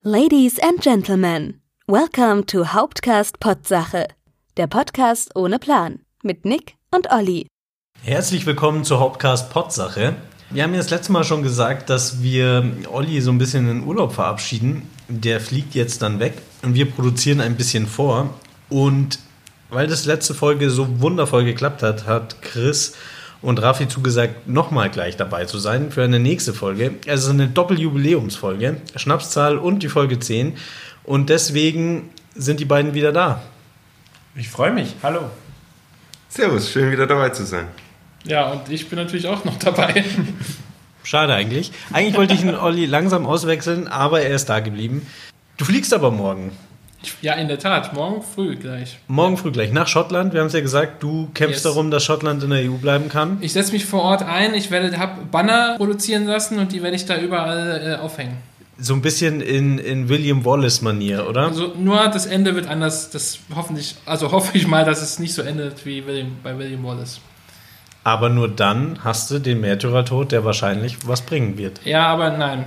Ladies and Gentlemen, welcome to Hauptcast Potsache, der Podcast ohne Plan mit Nick und Olli. Herzlich willkommen zur Hauptcast Potsache. Wir haben ja das letzte Mal schon gesagt, dass wir Olli so ein bisschen in den Urlaub verabschieden. Der fliegt jetzt dann weg und wir produzieren ein bisschen vor. Und weil das letzte Folge so wundervoll geklappt hat, hat Chris und Raffi zugesagt, nochmal gleich dabei zu sein für eine nächste Folge. Also eine Doppeljubiläumsfolge, Schnapszahl und die Folge 10. Und deswegen sind die beiden wieder da. Ich freue mich. Hallo. Servus, schön wieder dabei zu sein. Ja, und ich bin natürlich auch noch dabei. Schade eigentlich. Eigentlich wollte ich den Olli langsam auswechseln, aber er ist da geblieben. Du fliegst aber morgen. Ja, in der Tat. Morgen früh gleich. Morgen früh gleich nach Schottland. Wir haben es ja gesagt, du kämpfst darum, dass Schottland in der EU bleiben kann. Ich setze mich vor Ort ein. Ich habe Banner produzieren lassen und die werde ich da überall aufhängen. So ein bisschen in William Wallace-Manier, oder? Also nur das Ende wird anders. Das hoffe ich mal, dass es nicht so endet wie bei William Wallace. Aber nur dann hast du den Märtyrertod, der wahrscheinlich was bringen wird. Ja, aber nein.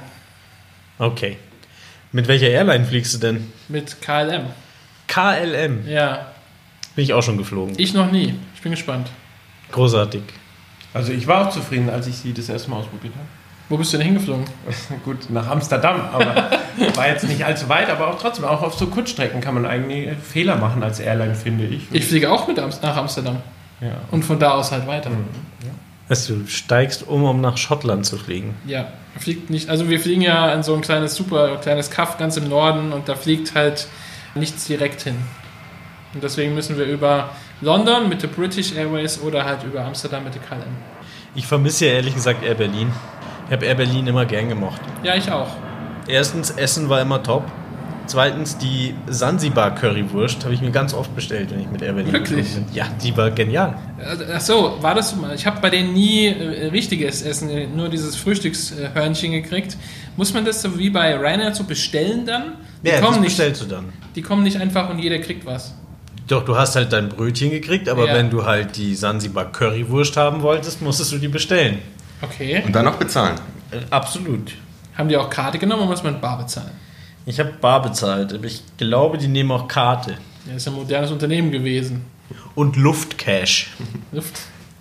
Okay. Mit welcher Airline fliegst du denn? Mit KLM. KLM? Ja. Bin ich auch schon geflogen. Ich noch nie. Ich bin gespannt. Großartig. Also ich war auch zufrieden, als ich sie das erste Mal ausprobiert habe. Wo bist du denn hingeflogen? Gut, nach Amsterdam, aber war jetzt nicht allzu weit, aber auch trotzdem, auch auf so Kurzstrecken kann man eigentlich Fehler machen als Airline, finde ich. Ich fliege auch nach Amsterdam. Ja. Und von da aus halt weiter. Ja. Also du steigst um nach Schottland zu fliegen. Ja, fliegt nicht. Also wir fliegen ja in so ein kleines Kaff ganz im Norden und da fliegt halt nichts direkt hin. Und deswegen müssen wir über London mit der British Airways oder halt über Amsterdam mit der KLM. Ich vermisse ja ehrlich gesagt Air Berlin. Ich habe Air Berlin immer gern gemocht. Ja, ich auch. Erstens, Essen war immer top. Zweitens, die Sansibar-Currywurst habe ich mir ganz oft bestellt, wenn ich mit Air Berlin Wirklich? bin. Ja, die war genial. Ach so, war das so mal? Ich habe bei denen nie richtiges Essen, nur dieses Frühstückshörnchen gekriegt. Muss man das so wie bei Ryanair so bestellen dann? Ja, das bestellst du dann. Die kommen nicht einfach und jeder kriegt was. Doch, du hast halt dein Brötchen gekriegt, aber Ja. wenn du halt die Sansibar-Currywurst haben wolltest, musstest du die bestellen. Okay. Und dann noch bezahlen. Absolut. Haben die auch Karte genommen oder muss man bar bezahlen? Ich habe bar bezahlt, aber ich glaube, die nehmen auch Karte. Ja, ist ja ein modernes Unternehmen gewesen. Und Luftcash. Luft.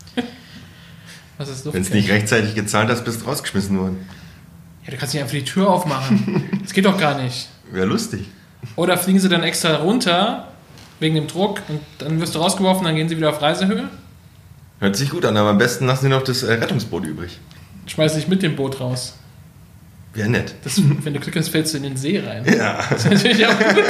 Was ist Luft? Wenn es nicht rechtzeitig gezahlt hast, bist du rausgeschmissen worden. Ja, du kannst nicht einfach die Tür aufmachen. Das geht doch gar nicht. Wäre lustig. Oder fliegen sie dann extra runter wegen dem Druck und dann wirst du rausgeworfen, dann gehen sie wieder auf Reisehöhe? Hört sich gut an, aber am besten lassen sie noch das Rettungsboot übrig. Schmeiß dich mit dem Boot raus. Wäre nett. Wenn du Glück hast, fällst du in den See rein. Ja. Das ist natürlich auch gut.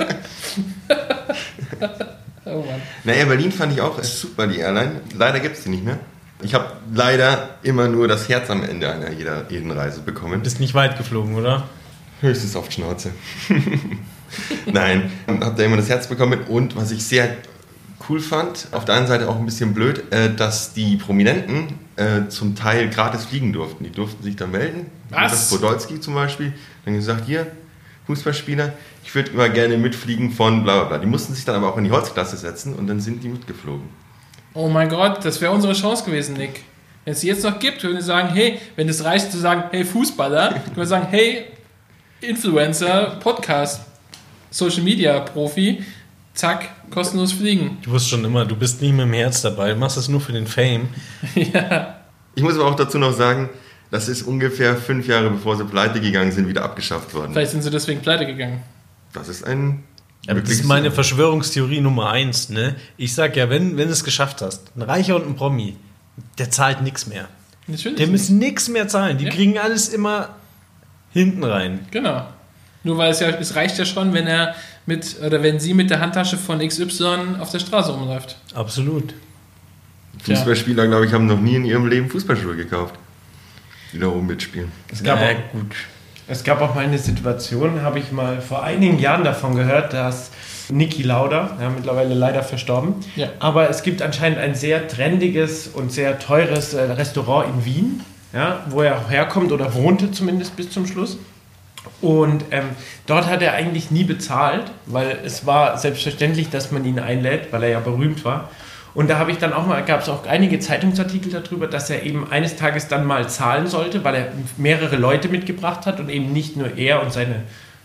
Oh Mann. Naja, Berlin fand ich auch super, die Airline. Leider gibt es die nicht mehr. Ich habe leider immer nur das Herz am Ende einer jeden Reise bekommen. Bist nicht weit geflogen, oder? Höchstens auf die Schnauze. Nein, habe da immer das Herz bekommen. Und was ich sehr cool fand, auf der einen Seite auch ein bisschen blöd, dass die Prominenten zum Teil gratis fliegen durften. Die durften sich dann melden. Was? Podolski zum Beispiel. Dann gesagt, hier, Fußballspieler, ich würde immer gerne mitfliegen von bla bla bla. Die mussten sich dann aber auch in die Holzklasse setzen und dann sind die mitgeflogen. Oh mein Gott, das wäre unsere Chance gewesen, Nick. Wenn es die jetzt noch gibt, würden wir sagen, hey, wenn es reicht zu sagen, hey Fußballer, können wir sagen, hey Influencer, Podcast, Social Media Profi, zack, kostenlos fliegen. Du wusstest schon immer, du bist nie mit dem Herz dabei, du machst es nur für den Fame. Ja. Ich muss aber auch dazu noch sagen, das ist ungefähr 5 Jahre bevor sie pleite gegangen sind, wieder abgeschafft worden. Vielleicht sind sie deswegen pleite gegangen. Das ist ein... Aber das ist meine Verschwörungstheorie Nummer 1. Ne? Ich sag ja, wenn du es geschafft hast, ein Reicher und ein Promi, der zahlt nichts mehr. Natürlich. Der müssen nichts mehr zahlen. Die kriegen alles immer hinten rein. Genau. Nur weil es reicht ja schon, wenn sie mit der Handtasche von XY auf der Straße rumläuft. Absolut. Fußballspieler, glaube ich, haben noch nie in ihrem Leben Fußballschuhe gekauft, die da oben mitspielen. Es gab auch mal eine Situation, habe ich mal vor einigen Jahren davon gehört, dass Niki Lauda, mittlerweile leider verstorben, aber es gibt anscheinend ein sehr trendiges und sehr teures Restaurant in Wien, wo er auch herkommt oder wohnte zumindest bis zum Schluss. Und dort hat er eigentlich nie bezahlt, weil es war selbstverständlich, dass man ihn einlädt, weil er ja berühmt war. Und da habe ich dann auch mal, gab es auch einige Zeitungsartikel darüber, dass er eben eines Tages dann mal zahlen sollte, weil er mehrere Leute mitgebracht hat und eben nicht nur er und seine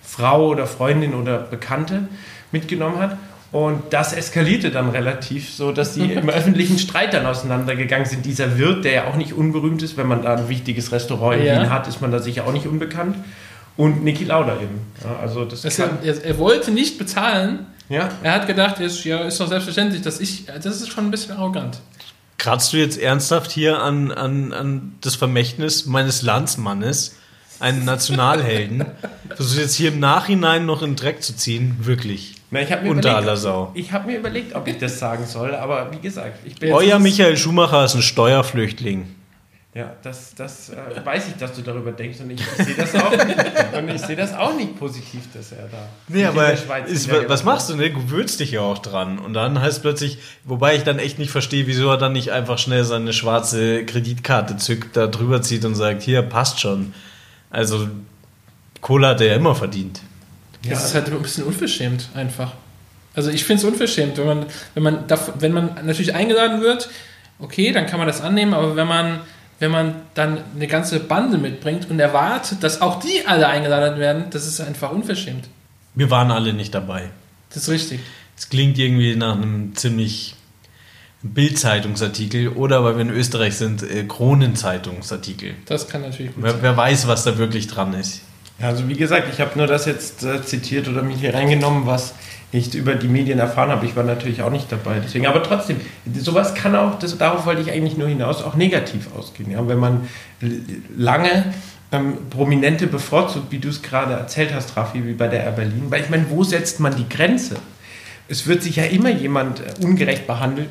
Frau oder Freundin oder Bekannte mitgenommen hat. Und das eskalierte dann relativ so, dass sie im öffentlichen Streit dann auseinandergegangen sind. Dieser Wirt, der ja auch nicht unberühmt ist, wenn man da ein wichtiges Restaurant in Wien hat, ist man da sicher auch nicht unbekannt. Und Niki Lauda eben. Ja, also er wollte nicht bezahlen. Ja. Er hat gedacht, ist doch selbstverständlich, das ist schon ein bisschen arrogant. Kratzt du jetzt ernsthaft hier an das Vermächtnis meines Landsmannes, einen Nationalhelden? Versuchst du jetzt hier im Nachhinein noch in den Dreck zu ziehen? Wirklich. Na, ich habe mir, hab mir überlegt, ob ich das sagen soll, aber wie gesagt, ich bin Euer Michael Schumacher ist ein Steuerflüchtling. Ja, das weiß ich, dass du darüber denkst und ich sehe das auch nicht. Und ich sehe das auch nicht positiv, dass er da. Nee, aber was machst du, ne? Du gewöhnst dich ja auch dran. Und dann heißt plötzlich, wobei ich dann echt nicht verstehe, wieso er dann nicht einfach schnell seine schwarze Kreditkarte zückt, da drüber zieht und sagt, hier, passt schon. Also, Kohle hat er ja immer verdient. Ja. Das ist halt ein bisschen unverschämt, einfach. Also ich finde es unverschämt, wenn man natürlich eingeladen wird, okay, dann kann man das annehmen, aber wenn man dann eine ganze Bande mitbringt und erwartet, dass auch die alle eingeladen werden, das ist einfach unverschämt. Wir waren alle nicht dabei. Das ist richtig. Es klingt irgendwie nach einem ziemlich Bild-Zeitungsartikel oder, weil wir in Österreich sind, Kronenzeitungsartikel. Das kann natürlich gut sein. Wer weiß, was da wirklich dran ist. Ja, also wie gesagt, ich habe nur das jetzt zitiert oder mich hier reingenommen, was ich über die Medien erfahren habe. Ich war natürlich auch nicht dabei. Deswegen, aber trotzdem, sowas kann auch, darauf wollte ich eigentlich nur hinaus, auch negativ ausgehen. Ja? Wenn man lange Prominente bevorzugt, wie du es gerade erzählt hast, Raffi, wie bei der Air Berlin. Weil ich meine, wo setzt man die Grenze? Es wird sich ja immer jemand ungerecht behandelt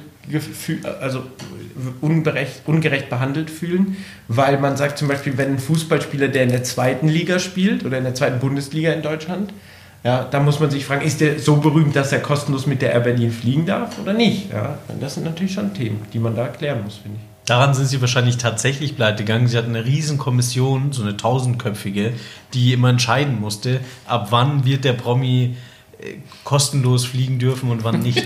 fühlen, weil man sagt zum Beispiel, wenn ein Fußballspieler, der in der 2. Liga spielt oder in der 2. Bundesliga in Deutschland, ja, da muss man sich fragen, ist der so berühmt, dass er kostenlos mit der Air Berlin fliegen darf oder nicht? Ja, das sind natürlich schon Themen, die man da erklären muss, finde ich. Daran sind sie wahrscheinlich tatsächlich pleite gegangen. Sie hatten eine riesen Kommission, so eine 1000-köpfige, die immer entscheiden musste, ab wann wird der Promi kostenlos fliegen dürfen und wann nicht.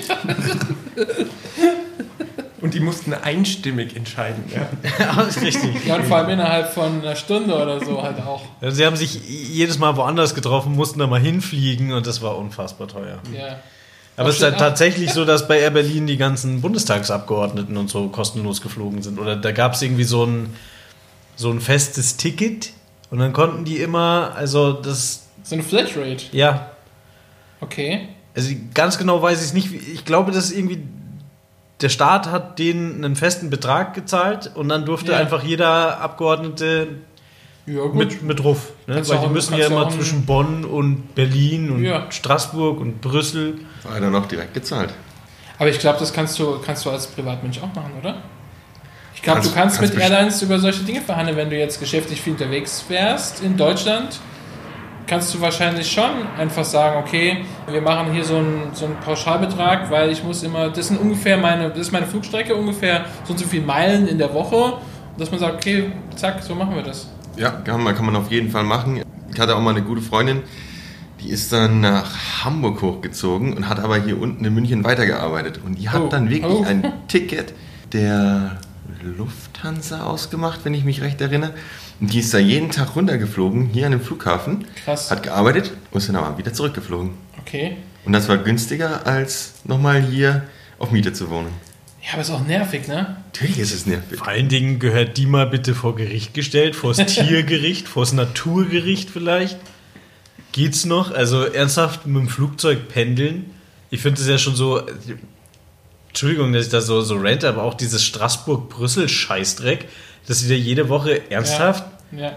Und die mussten einstimmig entscheiden. Ja, ja, ist richtig. Ja, und vor allem innerhalb von einer Stunde oder so halt auch. Also sie haben sich jedes Mal woanders getroffen, mussten da mal hinfliegen und das war unfassbar teuer. Ja. Aber es ist halt tatsächlich so, dass bei Air Berlin die ganzen Bundestagsabgeordneten und so kostenlos geflogen sind. Oder da gab es irgendwie so ein festes Ticket und dann konnten die immer, also das... So eine Flatrate? Ja. Okay. Also ganz genau weiß ich es nicht. Ich glaube, dass irgendwie der Staat hat denen einen festen Betrag gezahlt und dann durfte einfach jeder Abgeordnete mit Ruf. Ne? Weil die müssen ja immer zwischen Bonn und Berlin und Straßburg und Brüssel. War er dann auch direkt gezahlt. Aber ich glaube, das kannst du als Privatmensch auch machen, oder? Ich glaube, du kannst mit Airlines über solche Dinge verhandeln, wenn du jetzt geschäftlich viel unterwegs wärst in Deutschland. Kannst du wahrscheinlich schon einfach sagen, okay, wir machen hier so einen Pauschalbetrag, weil ich muss immer, das ist meine Flugstrecke, ungefähr so und so viele Meilen in der Woche, und dass man sagt, okay, zack, so machen wir das. Ja, kann man auf jeden Fall machen. Ich hatte auch mal eine gute Freundin, die ist dann nach Hamburg hochgezogen und hat aber hier unten in München weitergearbeitet. Und die hat dann wirklich ein Ticket der Lufthansa ausgemacht, wenn ich mich recht erinnere. Und die ist da jeden Tag runtergeflogen, hier an dem Flughafen. Krass. Hat gearbeitet und ist dann aber wieder zurückgeflogen. Okay. Und das war günstiger, als nochmal hier auf Miete zu wohnen. Ja, aber ist auch nervig, ne? Natürlich ist es nervig. Vor allen Dingen gehört die mal bitte vor Gericht gestellt, vor das Tiergericht, vor das Naturgericht vielleicht. Geht's noch? Also ernsthaft mit dem Flugzeug pendeln? Ich finde es ja schon so... Entschuldigung, dass ich da so rente, aber auch dieses Straßburg-Brüssel-Scheißdreck, dass sie da jede Woche ernsthaft... Ja.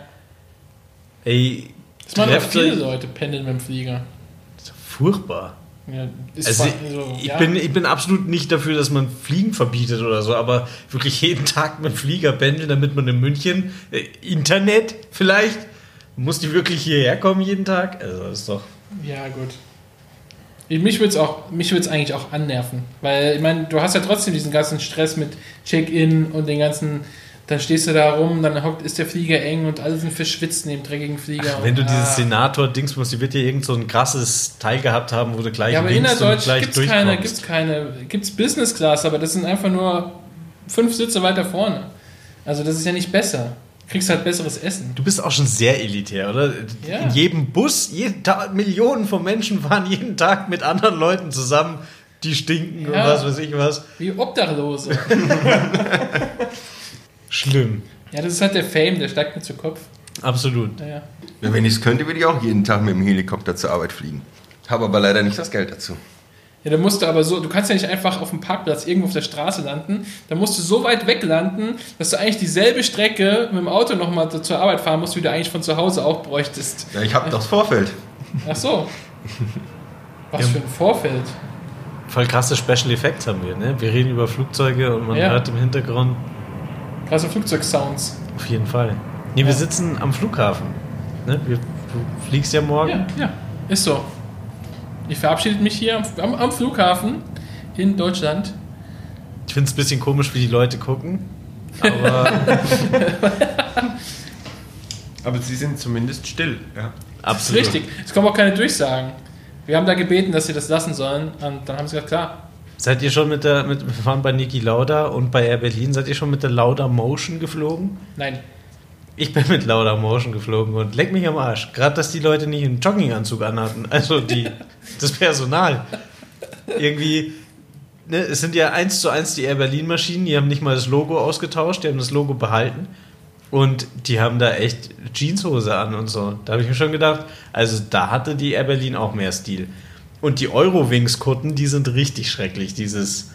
Ey, das machen auch viele Leute, pendeln mit dem Flieger. Das ist furchtbar. Ja, also ich bin absolut nicht dafür, dass man Fliegen verbietet oder so, aber wirklich jeden Tag mit dem Flieger pendeln, damit man in München Internet vielleicht, muss die wirklich hierher kommen jeden Tag? Also das ist doch... Ja, gut. Mich würde es eigentlich auch annerven, weil ich meine, du hast ja trotzdem diesen ganzen Stress mit Check-in und den ganzen, dann stehst du da rum, dann ist der Flieger eng und alle sind verschwitzt neben dem dreckigen Flieger. Ach, wenn du dieses Senator-Dingsbums, die wird ja irgend so ein krasses Teil gehabt haben, wo du gleich ja, aber innerdeutsch gibt's gibt's Business Class, aber das sind einfach nur 5 Sitze weiter vorne. Also das ist ja nicht besser. Kriegst halt besseres Essen. Du bist auch schon sehr elitär, oder? Ja. In jedem Bus, jeden Tag, Millionen von Menschen fahren jeden Tag mit anderen Leuten zusammen, die stinken und was weiß ich was. Wie Obdachlose. Schlimm. Ja, das ist halt der Fame, der steigt mir zu Kopf. Absolut. Ja. Ja, wenn ich es könnte, würde ich auch jeden Tag mit dem Helikopter zur Arbeit fliegen. Habe aber leider nicht das Geld dazu. Ja, da musst du aber so, du kannst ja nicht einfach auf dem Parkplatz irgendwo auf der Straße landen. Da musst du so weit weg landen, dass du eigentlich dieselbe Strecke mit dem Auto nochmal zur Arbeit fahren musst, wie du eigentlich von zu Hause auch bräuchtest. Ja, ich habe das Vorfeld. Ach so. Was für ein Vorfeld. Voll krasse Special Effects haben wir, ne? Wir reden über Flugzeuge und man hört im Hintergrund. Krasse Flugzeugsounds. Auf jeden Fall. Nee, wir sitzen am Flughafen. Ne? Du fliegst ja morgen. Ja, ist so. Ich verabschiede mich hier am Flughafen in Deutschland. Ich finde es ein bisschen komisch, wie die Leute gucken. Aber aber sie sind zumindest still. Ja. absolut. Richtig. Es kommen auch keine Durchsagen. Wir haben da gebeten, dass sie das lassen sollen. Und dann haben sie gesagt, klar. Seid ihr schon wir waren bei Niki Lauda und bei Air Berlin, seid ihr schon mit der Lauda Motion geflogen? Nein. Ich bin mit Lauda Motion geflogen und leck mich am Arsch. Gerade, dass die Leute nicht einen Jogginganzug anhatten. Also das Personal. Irgendwie, ne, es sind ja 1:1 die Air Berlin Maschinen, die haben nicht mal das Logo ausgetauscht, die haben das Logo behalten. Und die haben da echt Jeanshose an und so. Da habe ich mir schon gedacht, also da hatte die Air Berlin auch mehr Stil. Und die Eurowings-Kutten, die sind richtig schrecklich. Dieses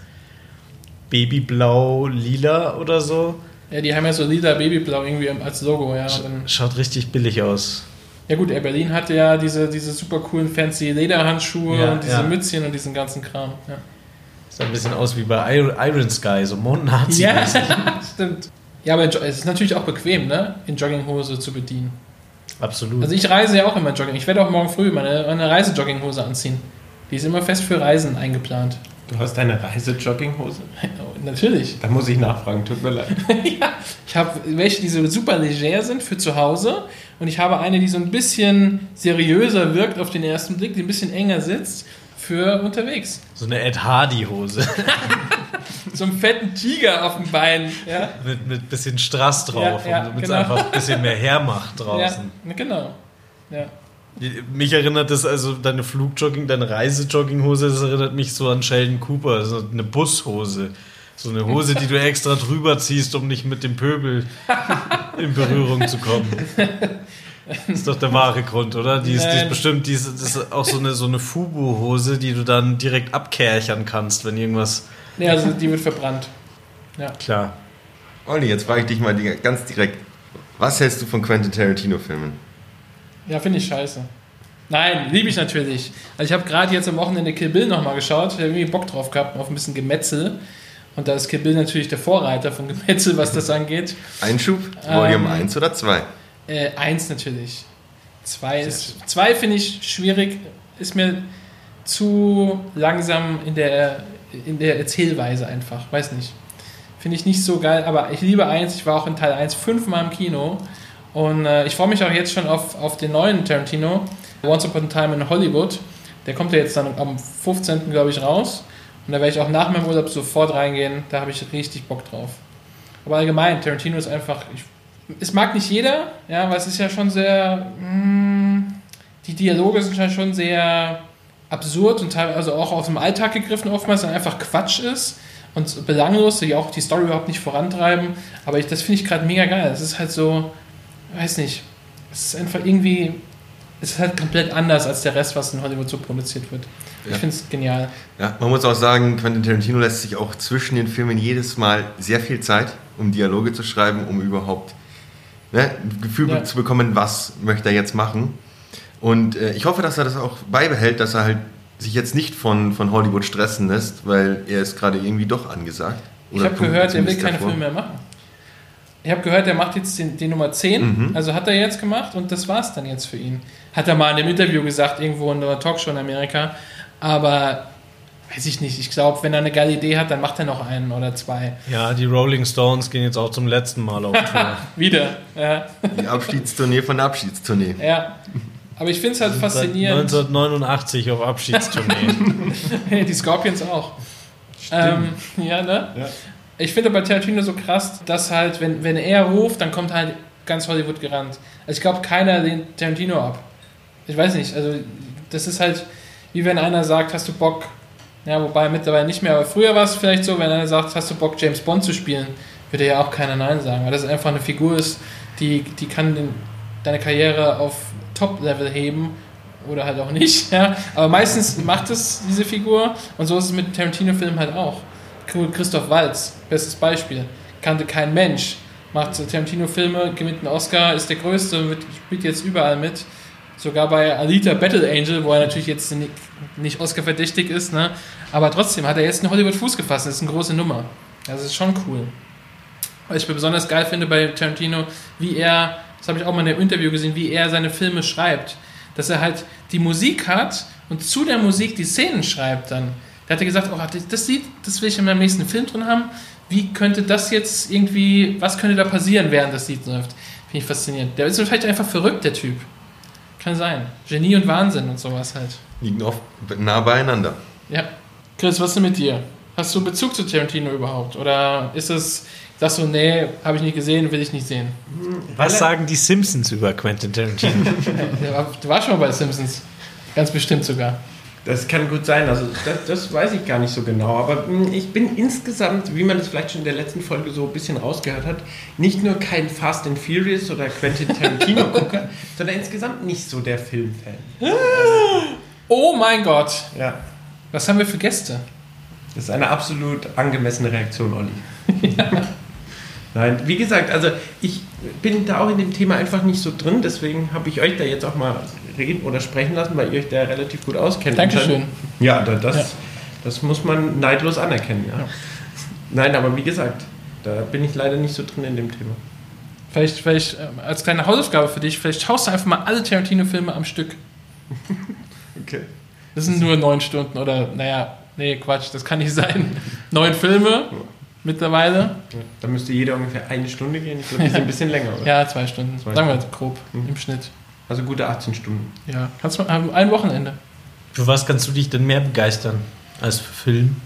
Babyblau-Lila oder so. Ja, die haben ja so lila Babyblau irgendwie als Logo, ja. Schaut richtig billig aus. Ja gut, Air Berlin hatte ja diese super coolen fancy Lederhandschuhe Ja, und diese Mützchen und diesen ganzen Kram. Ja. Sieht ein bisschen aus wie bei Iron Sky, so Mondnazi. Ja, stimmt. Ja, aber es ist natürlich auch bequem, ne? In Jogginghose zu bedienen. Absolut. Also ich reise ja auch immer Jogging. Ich werde auch morgen früh meine Reisejogginghose anziehen. Die ist immer fest für Reisen eingeplant. Du hast eine Reisejogginghose? Natürlich. Da muss ich nachfragen, tut mir leid. Ja, ich habe welche, die so super leger sind für zu Hause und ich habe eine, die so ein bisschen seriöser wirkt auf den ersten Blick, die ein bisschen enger sitzt für unterwegs. So eine Ed Hardy-Hose. So einen fetten Tiger auf dem Bein. Ja, mit bisschen Strass drauf, damit es einfach ein bisschen mehr hermacht draußen. Ja, genau. Ja. Mich erinnert das, also deine Reisejogginghose, das erinnert mich so an Sheldon Cooper, so eine Bushose. So eine Hose, die du extra drüber ziehst, um nicht mit dem Pöbel in Berührung zu kommen. Das ist doch der wahre Grund, oder? Die ist bestimmt, das ist auch so eine Fubu-Hose, die du dann direkt abkerchern kannst, wenn irgendwas... Ja, also die wird verbrannt. Ja. Klar. Olli, jetzt frage ich dich mal ganz direkt. Was hältst du von Quentin Tarantino-Filmen? Ja, finde ich scheiße. Nein, liebe ich natürlich. Also ich habe gerade jetzt am Wochenende Kill Bill nochmal geschaut. Ich habe irgendwie Bock drauf gehabt, auf ein bisschen Gemetzel. Und da ist Kill Bill natürlich der Vorreiter von Gemetzel, was das angeht. Einschub? Volume 1 oder 2? 1 natürlich. 2 finde ich schwierig. Ist mir zu langsam in der Erzählweise einfach. Weiß nicht. Finde ich nicht so geil. Aber ich liebe 1. Ich war auch in Teil 1 5-mal im Kino. Und ich freue mich auch jetzt schon auf den neuen Tarantino, Once Upon a Time in Hollywood. Der kommt ja jetzt dann am 15. glaube ich raus. Und da werde ich auch nach meinem Urlaub sofort reingehen. Da habe ich richtig Bock drauf. Aber allgemein, Tarantino ist einfach... es mag nicht jeder, ja, weil es ist ja schon sehr... die Dialoge sind ja schon sehr absurd und teilweise auch aus dem Alltag gegriffen oftmals, dann einfach Quatsch ist und belanglos, die auch die Story überhaupt nicht vorantreiben. Aber das finde ich gerade mega geil. Es ist halt so... weiß nicht, es ist einfach irgendwie, es ist halt komplett anders als der Rest, was in Hollywood so produziert wird. Ja. Ich finde es genial. Ja, man muss auch sagen, Quentin Tarantino lässt sich auch zwischen den Filmen jedes Mal sehr viel Zeit, um Dialoge zu schreiben, um überhaupt ein Gefühl zu bekommen, was möchte er jetzt machen. Und ich hoffe, dass er das auch beibehält, dass er halt sich jetzt nicht von Hollywood stressen lässt, weil er ist gerade irgendwie doch angesagt. Ich habe gehört, er will keine Filme mehr machen. Ich habe gehört, er macht jetzt den Nummer 10, also hat er jetzt gemacht und das war's dann jetzt für ihn. Hat er mal in einem Interview gesagt, irgendwo in einer Talkshow in Amerika, aber weiß ich nicht, ich glaube, wenn er eine geile Idee hat, dann macht er noch einen oder 2. Ja, die Rolling Stones gehen jetzt auch zum letzten Mal auf Tour. Wieder, ja. Die Abschiedstournee von der Abschiedstournee. Ja, aber ich finde es halt faszinierend. 1989 auf Abschiedstournee. Die Scorpions auch. Ja, ne? Ja. Ich finde bei Tarantino so krass, dass halt, wenn er ruft, dann kommt halt ganz Hollywood gerannt. Also ich glaube, keiner lehnt Tarantino ab. Ich weiß nicht, also das ist halt, wie wenn einer sagt, hast du Bock, ja, wobei mittlerweile nicht mehr, aber früher war es vielleicht so, wenn einer sagt, hast du Bock, James Bond zu spielen, würde ja auch keiner Nein sagen, weil das einfach eine Figur ist, die kann deine Karriere auf Top-Level heben oder halt auch nicht, ja, aber meistens macht es diese Figur und so ist es mit Tarantino-Filmen halt auch. Christoph Waltz, bestes Beispiel, kannte kein Mensch, macht Tarantino-Filme, gewinnt einen Oscar, ist der Größte, spielt jetzt überall mit, sogar bei Alita Battle Angel, wo er natürlich jetzt nicht Oscar-verdächtig ist, ne, aber trotzdem hat er jetzt in Hollywood Fuß gefasst, das ist eine große Nummer, das ist schon cool. Was ich besonders geil finde bei Tarantino, wie er, das habe ich auch mal in einem Interview gesehen, wie er seine Filme schreibt, dass er halt die Musik hat und zu der Musik die Szenen schreibt dann. Da hat er gesagt, oh, das Lied, das will ich in meinem nächsten Film drin haben. Wie könnte das jetzt irgendwie, was könnte da passieren, während das Lied läuft? Finde ich faszinierend. Der ist vielleicht einfach verrückt, der Typ. Kann sein. Genie und Wahnsinn und sowas halt. Liegen oft nah beieinander. Ja. Chris, was ist denn mit dir? Hast du Bezug zu Tarantino überhaupt? Oder ist es, sagst du, nee, habe ich nicht gesehen, will ich nicht sehen? Was sagen die Simpsons über Quentin Tarantino? Du warst schon mal bei Simpsons. Ganz bestimmt sogar. Das kann gut sein, also das weiß ich gar nicht so genau, aber ich bin insgesamt, wie man das vielleicht schon in der letzten Folge so ein bisschen rausgehört hat, nicht nur kein Fast and Furious oder Quentin Tarantino-Gucker, sondern insgesamt nicht so der Filmfan. Oh mein Gott! Ja. Was haben wir für Gäste? Das ist eine absolut angemessene Reaktion, Olli. Ja. Nein, wie gesagt, also ich bin da auch in dem Thema einfach nicht so drin, deswegen habe ich euch da jetzt auch mal reden oder sprechen lassen, weil ihr euch da relativ gut auskennt. Dankeschön. Ja, das muss man neidlos anerkennen. Ja. Nein, aber wie gesagt, da bin ich leider nicht so drin in dem Thema. Vielleicht als kleine Hausaufgabe für dich, vielleicht schaust du einfach mal alle Tarantino-Filme am Stück. Okay. Das sind nur 9 Stunden oder, nee, Quatsch, das kann nicht sein. 9 Filme mittlerweile. Ja, da müsste jeder ungefähr 1 Stunde gehen. Ich glaube, die sind ein bisschen länger, oder? Ja, 2 Stunden. Sagen wir grob im Schnitt. Also gute 18 Stunden. Ja, kannst du ein Wochenende. Für was kannst du dich denn mehr begeistern als für Film?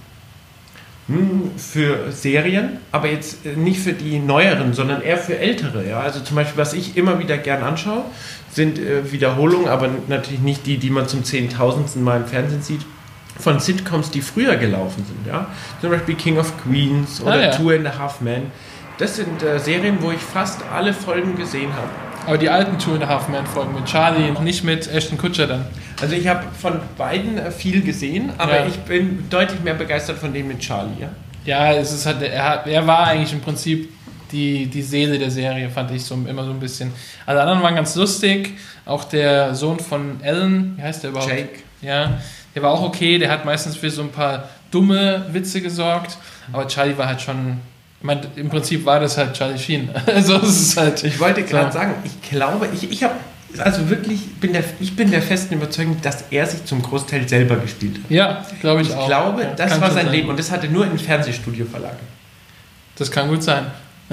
Für Serien, aber jetzt nicht für die neueren, sondern eher für ältere. Ja? Also zum Beispiel, was ich immer wieder gern anschaue, sind Wiederholungen, aber natürlich nicht die man zum 10.000. Mal im Fernsehen sieht, von Sitcoms, die früher gelaufen sind. Ja? Zum Beispiel King of Queens oder Two and a Half Men. Das sind Serien, wo ich fast alle Folgen gesehen habe. Aber die alten Two and a Half Men Folgen mit Charlie, nicht mit Ashton Kutcher dann. Also ich habe von beiden viel gesehen, aber ich bin deutlich mehr begeistert von dem mit Charlie. Ja, es ist halt, er war eigentlich im Prinzip die Seele der Serie, fand ich immer so ein bisschen. Alle anderen waren ganz lustig. Auch der Sohn von Ellen, wie heißt der überhaupt? Jake. Ja, der war auch okay. Der hat meistens für so ein paar dumme Witze gesorgt. Aber Charlie war halt schon... Ich meine, im Prinzip war das halt Charlie Sheen. Also es ist halt, ich wollte gerade sagen, ich glaube, ich habe, also wirklich, ich bin der festen Überzeugung, dass er sich zum Großteil selber gespielt hat. Ja, glaube ich auch. Ich glaube, das war sein Leben und das hat er nur in ein Fernsehstudio verlagert. Das kann gut sein.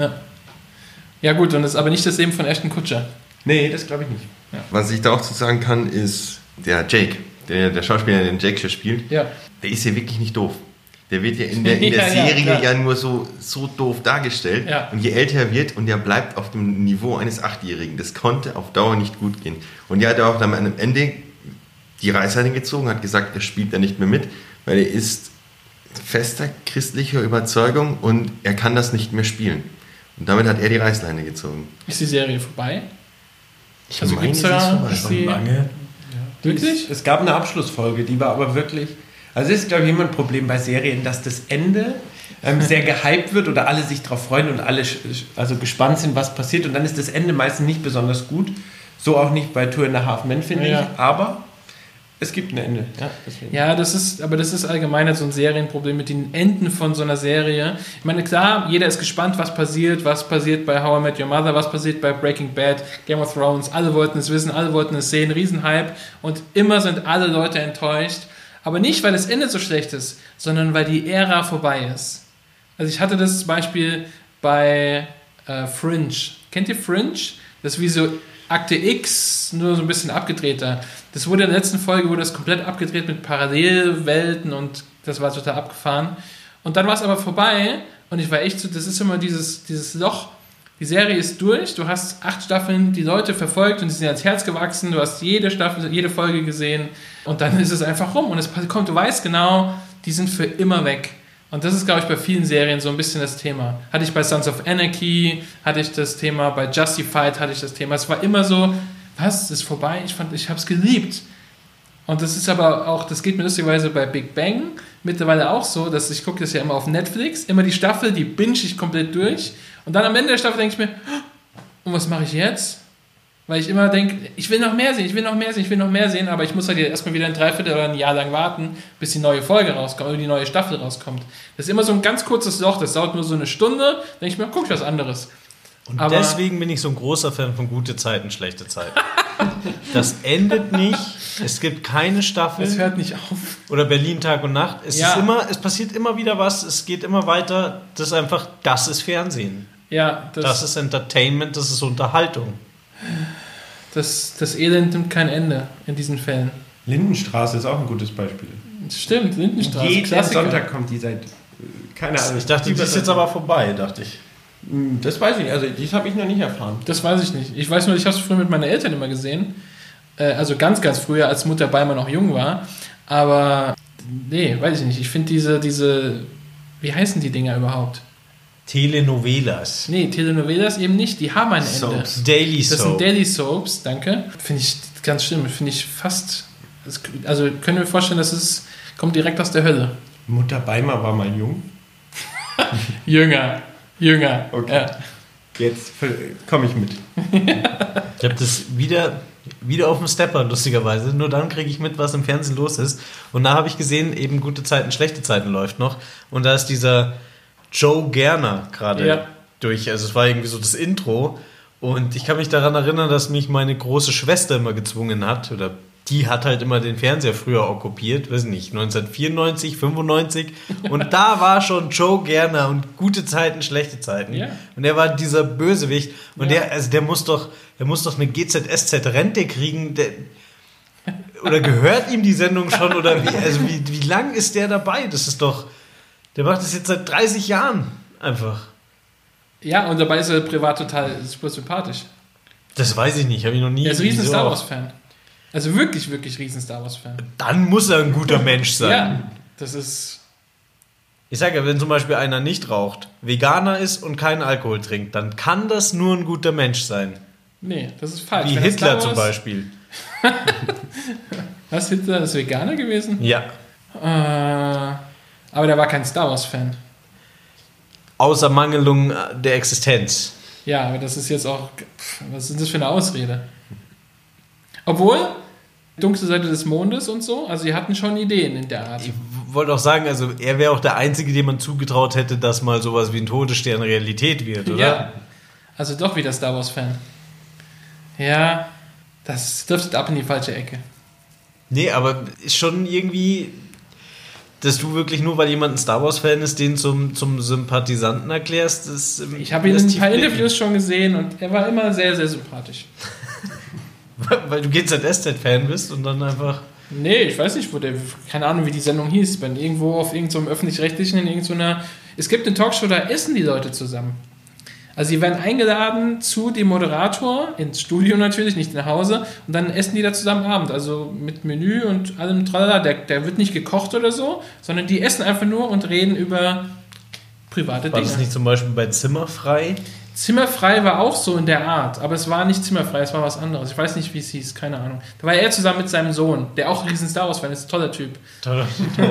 Ja gut, und das ist aber nicht das Leben von Ashton Kutcher. Nee, das glaube ich nicht. Ja. Was ich da auch zu sagen kann, ist der Jake, der Schauspieler, der den Jake hier spielt, der ist ja wirklich nicht doof. Der wird ja in der Serie ja nur so doof dargestellt. Ja. Und je älter er wird und er bleibt auf dem Niveau eines 8-Jährigen, das konnte auf Dauer nicht gut gehen. Und er hat auch dann am Ende die Reißleine gezogen, hat gesagt, er spielt da nicht mehr mit, weil er ist fester christlicher Überzeugung und er kann das nicht mehr spielen. Und damit hat er die Reißleine gezogen. Ist die Serie vorbei? Ich meine, sie ist vorbei. Schon lange. Wirklich? Es gab eine Abschlussfolge, die war aber wirklich... Also es ist, glaube ich, immer ein Problem bei Serien, dass das Ende sehr gehypt wird oder alle sich darauf freuen und alle also gespannt sind, was passiert. Und dann ist das Ende meistens nicht besonders gut. So auch nicht bei Two and a Half Men, finde ich. Aber es gibt ein Ende. Ja, das ist allgemein so ein Serienproblem mit den Enden von so einer Serie. Ich meine, klar, jeder ist gespannt, was passiert bei How I Met Your Mother, was passiert bei Breaking Bad, Game of Thrones. Alle wollten es wissen, alle wollten es sehen, Riesenhype. Und immer sind alle Leute enttäuscht. Aber nicht, weil das Ende so schlecht ist, sondern weil die Ära vorbei ist. Also ich hatte das zum Beispiel bei Fringe. Kennt ihr Fringe? Das ist wie so Akte X, nur so ein bisschen abgedrehter. Das wurde in der letzten Folge komplett abgedreht mit Parallelwelten und das war total abgefahren. Und dann war es aber vorbei und ich war echt so, das ist immer dieses Loch, Die Serie ist durch, du hast 8 Staffeln die Leute verfolgt und sie sind ans Herz gewachsen, du hast jede Staffel, jede Folge gesehen und dann ist es einfach rum und es kommt, du weißt genau, die sind für immer weg. Und das ist, glaube ich, bei vielen Serien so ein bisschen das Thema. Hatte ich bei Sons of Anarchy, hatte ich das Thema, bei Justified hatte ich das Thema. Es war immer so, was, ist vorbei? Ich habe es geliebt. Und das ist aber auch, das geht mir lustigerweise bei Big Bang mittlerweile auch so, dass ich gucke das ja immer auf Netflix, immer die Staffel, die binge ich komplett durch und dann am Ende der Staffel denke ich mir, und was mache ich jetzt? Weil ich immer denke, ich will noch mehr sehen, aber ich muss halt erstmal wieder ein Dreiviertel oder ein Jahr lang warten, bis die neue Folge rauskommt oder die neue Staffel rauskommt. Das ist immer so ein ganz kurzes Loch, das dauert nur so eine Stunde, denke ich mir, guck ich was anderes. Und aber deswegen bin ich so ein großer Fan von gute Zeiten, schlechte Zeiten. Das endet nicht, es gibt keine Staffel. Es hört nicht auf. Oder Berlin Tag und Nacht. Es passiert immer wieder was, es geht immer weiter. Das ist Fernsehen. Ja, das ist Entertainment, das ist Unterhaltung. Das Elend nimmt kein Ende in diesen Fällen. Lindenstraße ist auch ein gutes Beispiel. Stimmt, Lindenstraße. Jeden Sonntag kommt die seit, keine Ahnung. Ich dachte, die ist jetzt aber vorbei, dachte ich. Das weiß ich nicht, also das habe ich noch nicht erfahren. Das weiß ich nicht. Ich weiß nur, ich habe es früher mit meinen Eltern immer gesehen. Also ganz, ganz früher, als Mutter Beimer noch jung war. Aber, nee, weiß ich nicht. Ich finde diese, wie heißen die Dinger überhaupt? Telenovelas. Nee, Telenovelas eben nicht. Die haben ein Ende. Soaps. Daily Soaps. Das sind Daily Soaps, danke. Finde ich ganz schlimm. Finde ich fast, also können wir vorstellen, dass es kommt direkt aus der Hölle. Mutter Beimer war mal jung. Jünger. Okay. Ja. Jetzt komme ich mit. Ich habe das wieder auf dem Stepper, lustigerweise. Nur dann kriege ich mit, was im Fernsehen los ist. Und da habe ich gesehen, eben gute Zeiten, schlechte Zeiten läuft noch. Und da ist dieser Joe Gerner gerade durch. Also es war irgendwie so das Intro. Und ich kann mich daran erinnern, dass mich meine große Schwester immer gezwungen hat, oder die hat halt immer den Fernseher früher okkupiert, weiß nicht, 1994, 95. Und da war schon Joe Gerner und gute Zeiten, schlechte Zeiten. Ja. Und der war dieser Bösewicht. Und der muss doch eine GZSZ-Rente kriegen. Oder gehört ihm die Sendung schon? Oder wie lang ist der dabei? Das ist doch, der macht das jetzt seit 30 Jahren einfach. Ja, und dabei ist er privat total super sympathisch. Das weiß ich nicht, habe ich noch nie. Er ist ein riesen Star Wars-Fan. Also wirklich, wirklich riesen Star Wars-Fan. Dann muss er ein guter Mensch sein. Ja, das ist... Ich sage ja, wenn zum Beispiel einer nicht raucht, Veganer ist und keinen Alkohol trinkt, dann kann das nur ein guter Mensch sein. Nee, das ist falsch. Wie Hitler zum Beispiel. Was, Hitler ist Veganer gewesen? Ja. Aber der war kein Star Wars-Fan. Außer Mangelung der Existenz. Ja, aber das ist jetzt auch... Was ist das für eine Ausrede? Obwohl, dunkle Seite des Mondes und so, also die hatten schon Ideen in der Art. Ich wollte auch sagen, also er wäre auch der Einzige, dem man zugetraut hätte, dass mal sowas wie ein Todesstern Realität wird, oder? Ja, also doch wieder Star Wars-Fan. Ja, das driftet ab in die falsche Ecke. Nee, aber ist schon irgendwie, dass du wirklich nur, weil jemand ein Star Wars-Fan ist, den zum Sympathisanten erklärst. Ich habe ihn in ein paar Interviews schon gesehen und er war immer sehr, sehr sympathisch. Weil du GZSZ-Fan bist und dann einfach... Nee, ich weiß nicht, keine Ahnung, wie die Sendung hieß. Wenn irgendwo auf irgendeinem öffentlich-rechtlichen, in irgendeiner... Es gibt eine Talkshow, da essen die Leute zusammen. Also sie werden eingeladen zu dem Moderator, ins Studio natürlich, nicht nach Hause, und dann essen die da zusammen Abend. Also mit Menü und allem tralala. Der wird nicht gekocht oder so, sondern die essen einfach nur und reden über private Dinge. War das nicht zum Beispiel bei Zimmerfrei? Zimmerfrei war auch so in der Art, aber es war nicht Zimmerfrei, es war was anderes. Ich weiß nicht, wie es hieß, keine Ahnung. Da war er zusammen mit seinem Sohn, der auch ein riesen Star Wars-Fan ist, toller Typ. Toller.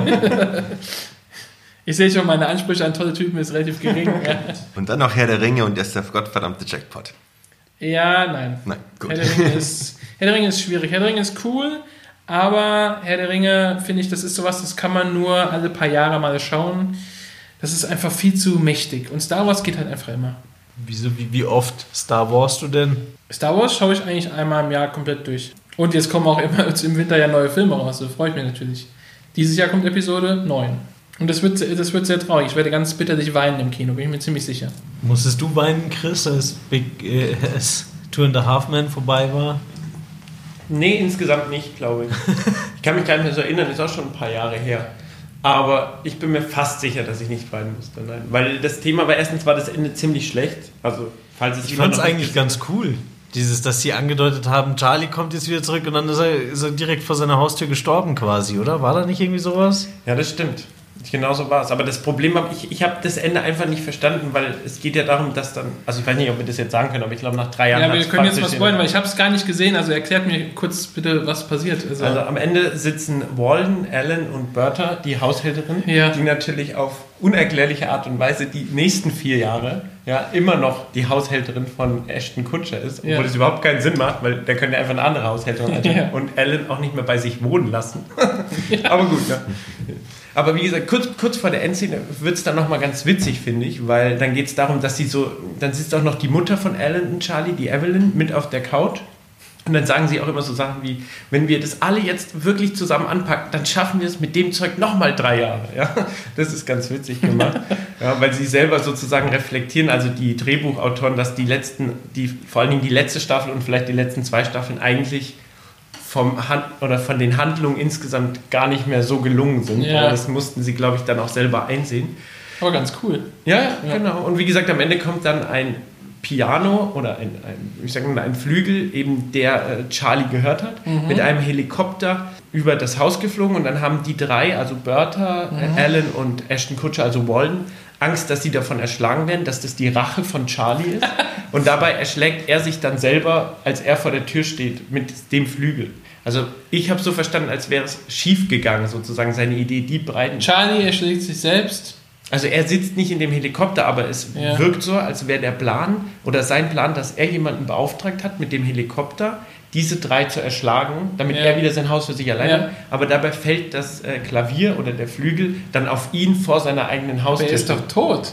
Ich sehe schon, meine Ansprüche an tolle Typen ist relativ gering. Und dann noch Herr der Ringe und der gottverdammte Jackpot. Ja, nein. Nein, gut. Herr der Ringe ist schwierig. Herr der Ringe ist cool, aber Herr der Ringe, finde ich, das ist sowas, das kann man nur alle paar Jahre mal schauen. Das ist einfach viel zu mächtig. Und Star Wars geht halt einfach immer. Wieso, wie oft Star Wars du denn? Star Wars schaue ich eigentlich einmal im Jahr komplett durch. Und jetzt kommen auch immer im Winter ja neue Filme raus, da freue ich mich natürlich. Dieses Jahr kommt Episode 9. Und das wird sehr traurig. Ich werde ganz bitterlich weinen im Kino, bin ich mir ziemlich sicher. Musstest du weinen, Chris, als Two and a Half Men vorbei war? Nee, insgesamt nicht, glaube ich. Ich kann mich gar nicht mehr so erinnern, ist auch schon ein paar Jahre her. Aber ich bin mir fast sicher, dass ich nicht weinen musste. Nein. Weil das Thema war, erstens war das Ende ziemlich schlecht. Also Ich fand es eigentlich ganz cool. Dass sie angedeutet haben, Charlie kommt jetzt wieder zurück und dann ist er direkt vor seiner Haustür gestorben quasi, oder? War da nicht irgendwie sowas? Ja, das stimmt. Genau so war es. Aber das Problem ich habe das Ende einfach nicht verstanden, weil es geht ja darum, dass dann, also ich weiß nicht, ob wir das jetzt sagen können, aber ich glaube nach 3 Jahren... Ja, wir können jetzt was spoilern, weil ich habe es gar nicht gesehen, also erklärt mir kurz bitte, was passiert. Also am Ende sitzen Walden, Ellen und Bertha, die Haushälterin, die natürlich auf unerklärliche Art und Weise die nächsten 4 Jahre immer noch die Haushälterin von Ashton Kutcher ist, obwohl das überhaupt keinen Sinn macht, weil der könnte einfach eine andere Haushälterin einstellen und Ellen auch nicht mehr bei sich wohnen lassen. Aber gut, Aber wie gesagt, kurz vor der Endszene wird es dann nochmal ganz witzig, finde ich, weil dann geht es darum, dass dann sitzt auch noch die Mutter von Ellen und Charlie, die Evelyn, mit auf der Couch. Und dann sagen sie auch immer so Sachen wie, wenn wir das alle jetzt wirklich zusammen anpacken, dann schaffen wir es mit dem Zeug nochmal 3 Jahre. Ja? Das ist ganz witzig gemacht, weil sie selber sozusagen reflektieren, also die Drehbuchautoren, dass vor allen Dingen die letzte Staffel und vielleicht die letzten 2 Staffeln eigentlich von den Handlungen insgesamt gar nicht mehr so gelungen sind. Ja. Das mussten sie, glaube ich, dann auch selber einsehen. Aber ganz cool. Ja, genau. Und wie gesagt, am Ende kommt dann ein Piano oder ein Flügel, eben der Charlie gehört hat, mit einem Helikopter über das Haus geflogen und dann haben die 3, also Bertha, Ellen und Ashton Kutcher, also Walden, Angst, dass sie davon erschlagen werden, dass das die Rache von Charlie ist und dabei erschlägt er sich dann selber, als er vor der Tür steht, mit dem Flügel. Also ich habe so verstanden, als wäre es schief gegangen, sozusagen seine Idee, die beiden. Charlie erschlägt sich selbst. Also er sitzt nicht in dem Helikopter, aber es wirkt so, als wäre der Plan oder sein Plan, dass er jemanden beauftragt hat, mit dem Helikopter diese 3 zu erschlagen, damit er wieder sein Haus für sich alleine hat. Aber dabei fällt das Klavier oder der Flügel dann auf ihn vor seiner eigenen Haustür. Er ist doch tot.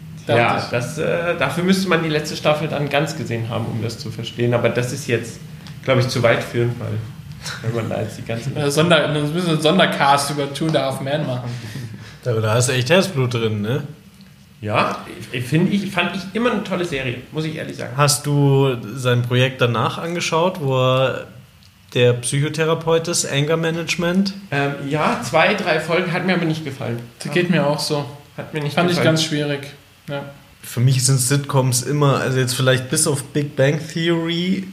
Ja, dafür müsste man die letzte Staffel dann ganz gesehen haben, um das zu verstehen. Aber das ist jetzt, glaube ich, zu weit führend, weil wenn man da jetzt die ganze... Wir müssen einen Sondercast über Two and a Half Men machen. Aber da ist echt Herzblut drin, ne? Ja, fand ich immer eine tolle Serie, muss ich ehrlich sagen. Hast du sein Projekt danach angeschaut, wo er der Psychotherapeut ist, Anger Management? Ja, 2, 3 Folgen, hat mir aber nicht gefallen. Das geht mir auch so. Hat mir nicht gefallen. Fand ich ganz schwierig. Ja. Für mich sind Sitcoms immer, also jetzt vielleicht bis auf Big Bang Theory,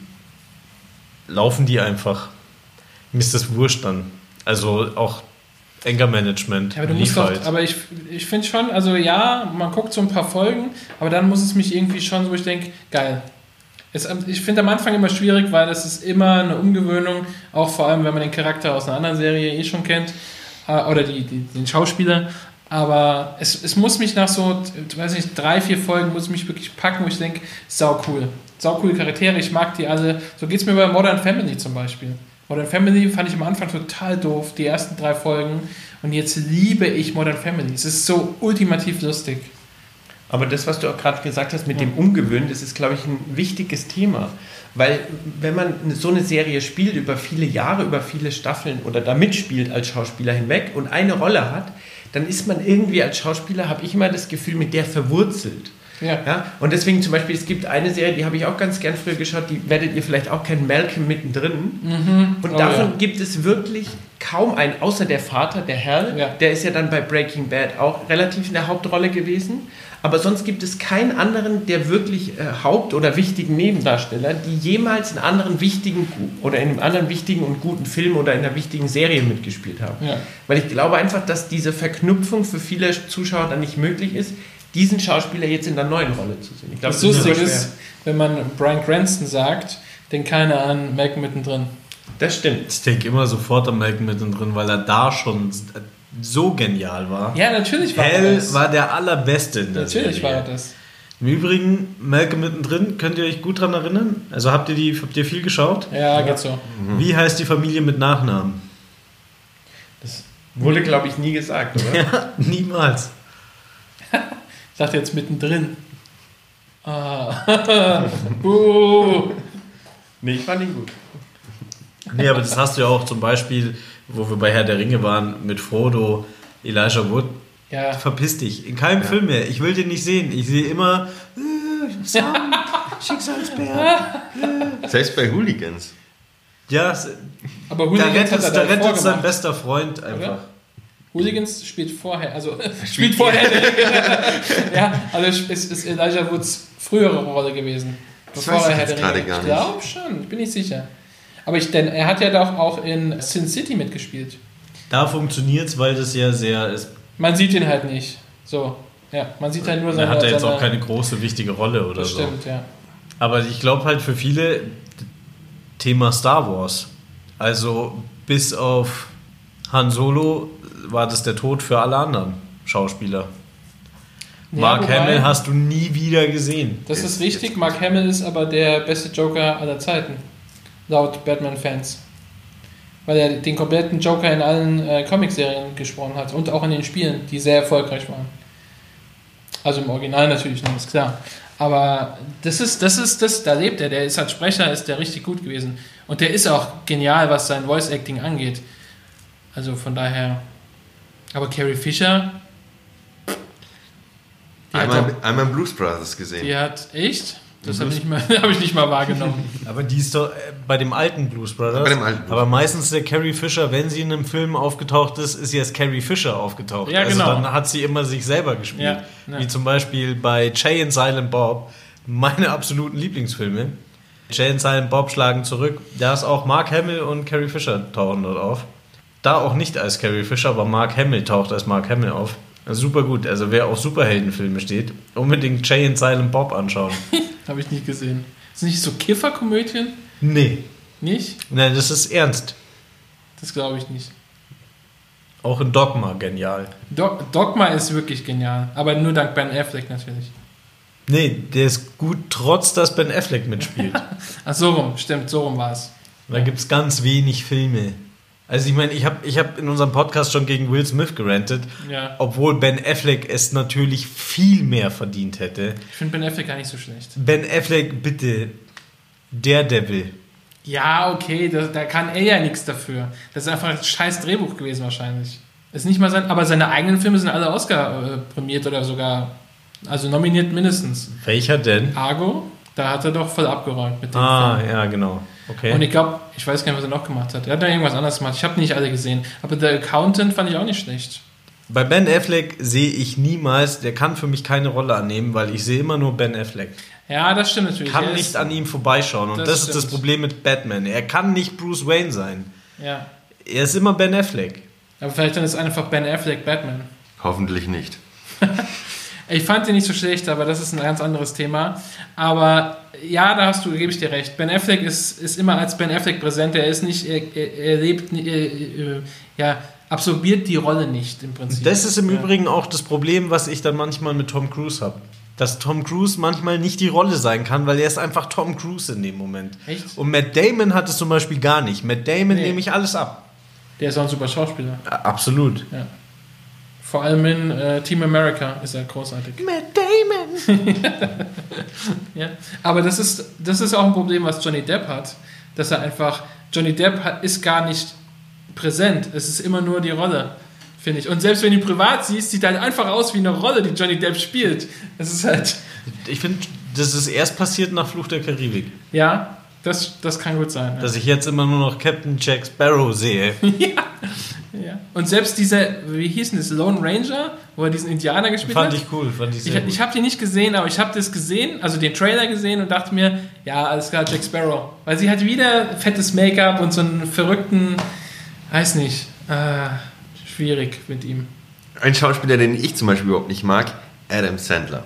laufen die einfach. Mir ist das wurscht dann. Also auch Anger Management. Ja, aber du musst doch, aber ich finde schon, also ja, man guckt so ein paar Folgen, aber dann muss es mich irgendwie schon so, ich denke, geil. Ich finde am Anfang immer schwierig, weil es ist immer eine Umgewöhnung, auch vor allem, wenn man den Charakter aus einer anderen Serie schon kennt, oder den Schauspieler, aber es muss mich nach so, weiß nicht, 3, 4 Folgen muss mich wirklich packen, wo ich denke, sau coole Charaktere, ich mag die alle. So geht es mir bei Modern Family zum Beispiel. Modern Family fand ich am Anfang total doof, die ersten 3 Folgen. Und jetzt liebe ich Modern Family. Es ist so ultimativ lustig. Aber das, was du auch gerade gesagt hast mit dem Umgewöhnen, das ist, glaube ich, ein wichtiges Thema. Weil wenn man so eine Serie spielt über viele Jahre, über viele Staffeln oder da mitspielt als Schauspieler hinweg und eine Rolle hat, dann ist man irgendwie als Schauspieler, habe ich immer das Gefühl, mit der verwurzelt. Ja? Und deswegen zum Beispiel, es gibt eine Serie, die habe ich auch ganz gern früher geschaut, die werdet ihr vielleicht auch kennen, Malcolm mittendrin. Und davon gibt es wirklich kaum einen, außer der Vater, der Hal, der ist ja dann bei Breaking Bad auch relativ in der Hauptrolle gewesen. Aber sonst gibt es keinen anderen, der wirklich Haupt- oder wichtigen Nebendarsteller, die jemals in anderen wichtigen oder in einem anderen wichtigen und guten Film oder in einer wichtigen Serie mitgespielt haben. Ja. Weil ich glaube einfach, dass diese Verknüpfung für viele Zuschauer dann nicht möglich ist, diesen Schauspieler jetzt in der neuen Rolle zu sehen. Ich glaube, das Lustige ist, wenn man Bryan Cranston sagt, denkt keiner an Malcolm mittendrin. Das stimmt. Ich denke immer sofort an Malcolm mittendrin, weil er da schon so genial war. Ja, natürlich war er das. War der allerbeste in der Serie. Natürlich war er das. Im Übrigen, Malcolm mittendrin, könnt ihr euch gut dran erinnern? Also habt ihr viel geschaut? Ja, geht so. Wie heißt die Familie mit Nachnamen? Das wurde, glaube ich, nie gesagt, oder? Ja, niemals. Ich dachte jetzt mittendrin. Nee, ich fand ihn gut. Nee, aber das hast du ja auch zum Beispiel, wo wir bei Herr der Ringe waren, mit Frodo, Elijah Wood. Ja. Verpiss dich. In keinem Film mehr. Ich will den nicht sehen. Ich sehe immer Sam, Schicksalsbär. Selbst bei Hooligans. Ja, aber Hooligans da rettet sein bester Freund einfach. Oder? Hooligans spielt vorher, also spielt vorher. Ja, also ist Elijah Woods frühere Rolle gewesen. Das weiß ich jetzt gerade gar nicht. Ich glaube schon, bin ich sicher. Aber denn er hat ja doch auch in Sin City mitgespielt. Da funktioniert es, weil das ja sehr ist. Man sieht ihn halt nicht. So, ja, man sieht halt nur seine... Er hat ja jetzt auch keine große, wichtige Rolle oder so. Stimmt, ja. Aber ich glaube halt für viele Thema Star Wars. Also bis auf Han Solo war das der Tod für alle anderen Schauspieler. Ja, Mark Hamill hast du nie wieder gesehen. Das ist richtig. Mark Hamill ist aber der beste Joker aller Zeiten. Laut Batman-Fans. Weil er den kompletten Joker in allen Comicserien gesprochen hat. Und auch in den Spielen, die sehr erfolgreich waren. Also im Original natürlich, ne, ist klar. Aber da lebt er. Der ist als Sprecher, ist der richtig gut gewesen. Und der ist auch genial, was sein Voice-Acting angeht. Also von daher... Aber Carrie Fisher... Einmal Blues Brothers gesehen. Die hat... Echt? Das habe ich nicht mal wahrgenommen. Aber die ist doch bei dem alten Blues Brothers. Bei dem alten Blues. Aber meistens der Carrie Fisher, wenn sie in einem Film aufgetaucht ist, ist sie als Carrie Fisher aufgetaucht. Ja, genau. Also dann hat sie immer sich selber gespielt. Ja. Wie zum Beispiel bei Jay and Silent Bob. Meine absoluten Lieblingsfilme. Jay and Silent Bob schlagen zurück. Da ist auch Mark Hamill und Carrie Fisher tauchen dort auf. Da auch nicht als Carrie Fisher, aber Mark Hamill taucht als Mark Hamill auf. Super gut. Also wer auf Superheldenfilme steht, unbedingt Jay and Silent Bob anschauen. Habe ich nicht gesehen. Sind nicht so Kifferkomödien? Nee. Nicht? Nein, das ist ernst. Das glaube ich nicht. Auch in Dogma genial. Dogma ist wirklich genial. Aber nur dank Ben Affleck natürlich. Nee, der ist gut, trotz dass Ben Affleck mitspielt. Ach, so rum. Stimmt, so rum war es. Da gibt es ganz wenig Filme. Also ich meine, ich hab in unserem Podcast schon gegen Will Smith gerantet, ja. Obwohl Ben Affleck es natürlich viel mehr verdient hätte. Ich finde Ben Affleck gar nicht so schlecht. Ben Affleck, bitte, Daredevil. Ja, okay, da kann er ja nichts dafür. Das ist einfach ein scheiß Drehbuch gewesen wahrscheinlich. Ist nicht mal aber seine eigenen Filme sind alle Oscar prämiert oder sogar, also nominiert mindestens. Welcher denn? Argo, da hat er doch voll abgeräumt mit dem Film. Ja, genau. Okay. Und ich glaube, ich weiß gar nicht, was er noch gemacht hat. Er hat da irgendwas anderes gemacht. Ich habe nicht alle gesehen. Aber The Accountant fand ich auch nicht schlecht. Bei Ben Affleck sehe ich niemals, der kann für mich keine Rolle annehmen, weil ich sehe immer nur Ben Affleck. Ja, das stimmt natürlich. Kann nicht an ihm vorbeischauen. Und das ist das Problem mit Batman. Er kann nicht Bruce Wayne sein. Ja. Er ist immer Ben Affleck. Aber vielleicht dann ist einfach Ben Affleck Batman. Hoffentlich nicht. Ich fand ihn nicht so schlecht, aber das ist ein ganz anderes Thema. Aber ja, da gebe ich dir recht. Ben Affleck ist immer als Ben Affleck präsent. Er ist nicht, er lebt, absorbiert die Rolle nicht im Prinzip. Das ist im Übrigen auch das Problem, was ich dann manchmal mit Tom Cruise habe. Dass Tom Cruise manchmal nicht die Rolle sein kann, weil er ist einfach Tom Cruise in dem Moment. Echt? Und Matt Damon hat es zum Beispiel gar nicht. Matt Damon nehme ich alles ab. Der ist auch ein super Schauspieler. Ja, absolut. Ja. Vor allem in Team America ist er großartig. Matt Damon! Ja. Aber das ist auch ein Problem, was Johnny Depp hat. Dass er einfach, Johnny Depp ist gar nicht präsent. Es ist immer nur die Rolle, finde ich. Und selbst wenn du ihn privat siehst, sieht er halt einfach aus wie eine Rolle, die Johnny Depp spielt. Es ist halt... Ich finde, das ist erst passiert nach Fluch der Karibik. Ja, das kann gut sein. Ja. Dass ich jetzt immer nur noch Captain Jack Sparrow sehe. Ja. Und selbst dieser, wie hieß denn das, Lone Ranger, wo er diesen Indianer gespielt hat? Fand ich cool, Ich habe den nicht gesehen, aber ich habe das gesehen, also den Trailer gesehen und dachte mir, ja, alles klar, Jack Sparrow. Weil sie hat wieder fettes Make-up und so einen verrückten, weiß nicht, schwierig mit ihm. Ein Schauspieler, den ich zum Beispiel überhaupt nicht mag, Adam Sandler.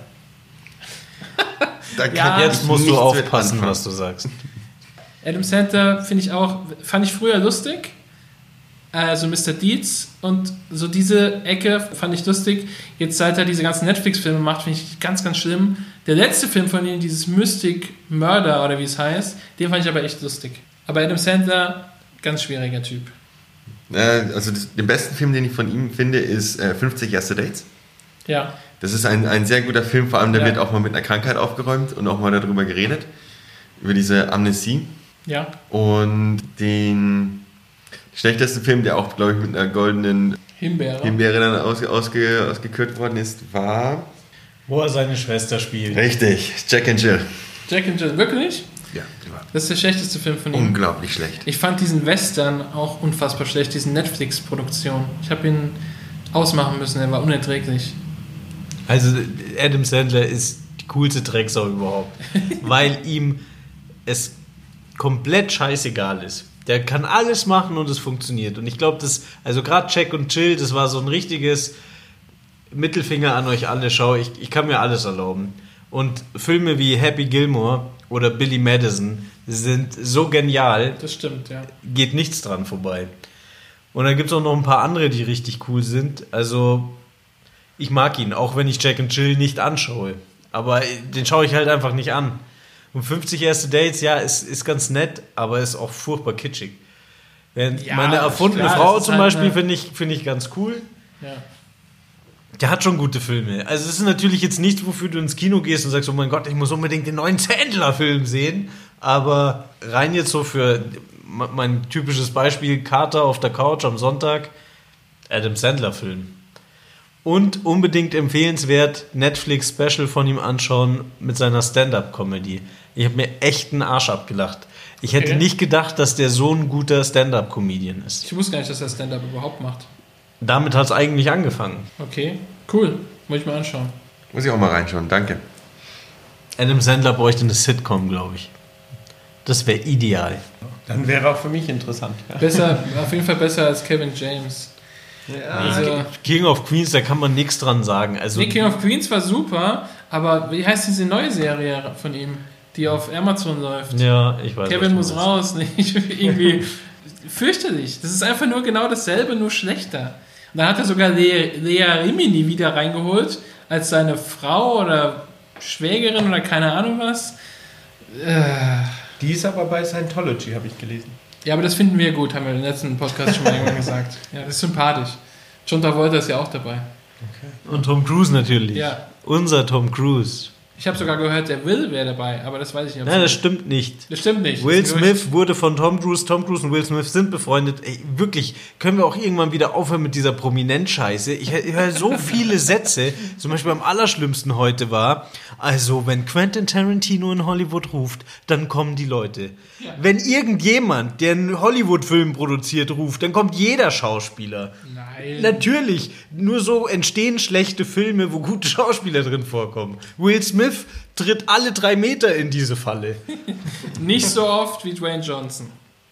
Jetzt musst du aufpassen, was du sagst. Adam Sandler fand ich früher lustig. Also Mr. Deeds und so diese Ecke fand ich lustig. Jetzt seit er diese ganzen Netflix-Filme macht, finde ich ganz, ganz schlimm. Der letzte Film von ihm, dieses Mystic Murder oder wie es heißt, den fand ich aber echt lustig. Aber Adam Sandler, ganz schwieriger Typ. Also den besten Film, den ich von ihm finde, ist 50 Erste Dates. Ja. Das ist ein sehr guter Film, vor allem da wird auch mal mit einer Krankheit aufgeräumt und auch mal darüber geredet. Über diese Amnesie. Ja. Und den schlechteste Film, der auch, glaube ich, mit einer goldenen Himbeere dann ausgekürt worden ist, war... Wo er seine Schwester spielt. Richtig, Jack and Jill. Jack and Jill, wirklich? Ja. Das ist der schlechteste Film von ihm. Unglaublich schlecht. Ich fand diesen Western auch unfassbar schlecht, diesen Netflix-Produktion. Ich habe ihn ausmachen müssen. Er war unerträglich. Also Adam Sandler ist die coolste Drecksau überhaupt, weil ihm es komplett scheißegal ist. Der kann alles machen und es funktioniert. Und ich glaube, also gerade Jack und Jill, das war so ein richtiges Mittelfinger an euch alle. Schau, ich kann mir alles erlauben. Und Filme wie Happy Gilmore oder Billy Madison sind so genial. Das stimmt, ja. Geht nichts dran vorbei. Und dann gibt es auch noch ein paar andere, die richtig cool sind. Also, ich mag ihn, auch wenn ich Jack und Jill nicht anschaue. Aber den schaue ich halt einfach nicht an. Und 50 erste Dates, ja, ist ganz nett, aber ist auch furchtbar kitschig. Meine erfundene Frau zum Beispiel finde ich ganz cool. Ja. Der hat schon gute Filme. Also es ist natürlich jetzt nichts, wofür du ins Kino gehst und sagst, oh mein Gott, ich muss unbedingt den neuen Sandler-Film sehen. Aber rein jetzt so für mein typisches Beispiel, Kater auf der Couch am Sonntag, Adam Sandler-Film. Und unbedingt empfehlenswert, Netflix-Special von ihm anschauen mit seiner Stand-Up-Comedy. Ich habe mir echt einen Arsch abgelacht. Ich hätte nicht gedacht, dass der so ein guter Stand-Up-Comedian ist. Ich wusste gar nicht, dass er Stand-Up überhaupt macht. Damit hat es eigentlich angefangen. Okay, cool. Muss ich mal anschauen. Muss ich auch mal reinschauen, danke. Adam Sandler bräuchte eine Sitcom, glaube ich. Das wäre ideal. Dann wäre auch für mich interessant. Ja. Besser, auf jeden Fall besser als Kevin James. Ja. Also, King of Queens, da kann man nichts dran sagen. Also, King of Queens war super, aber wie heißt diese neue Serie von ihm, die auf Amazon läuft? Ja, ich weiß. Kevin muss raus, nicht irgendwie fürchterlich. Das ist einfach nur genau dasselbe, nur schlechter. Und dann hat er sogar Lea Rimini wieder reingeholt, als seine Frau oder Schwägerin oder keine Ahnung was. Die ist aber bei Scientology, habe ich gelesen. Ja, aber das finden wir gut, haben wir im letzten Podcast schon mal irgendwann gesagt. Ja, das ist sympathisch. John Travolta ist ja auch dabei. Okay. Und Tom Cruise natürlich. Ja. Unser Tom Cruise. Ich habe sogar gehört, der Will wäre dabei, aber das weiß ich nicht. Nein, das stimmt nicht. Das stimmt nicht. Will Smith wurde von Tom Cruise und Will Smith sind befreundet. Ey, wirklich, können wir auch irgendwann wieder aufhören mit dieser Prominent-Scheiße? Ich höre so viele Sätze, zum Beispiel am allerschlimmsten heute war, also wenn Quentin Tarantino in Hollywood ruft, dann kommen die Leute. Ja. Wenn irgendjemand, der einen Hollywood-Film produziert, ruft, dann kommt jeder Schauspieler. Nein. Natürlich, nur so entstehen schlechte Filme, wo gute Schauspieler drin vorkommen. Will Smith tritt alle 3 Meter in diese Falle. Nicht so oft wie Dwayne Johnson.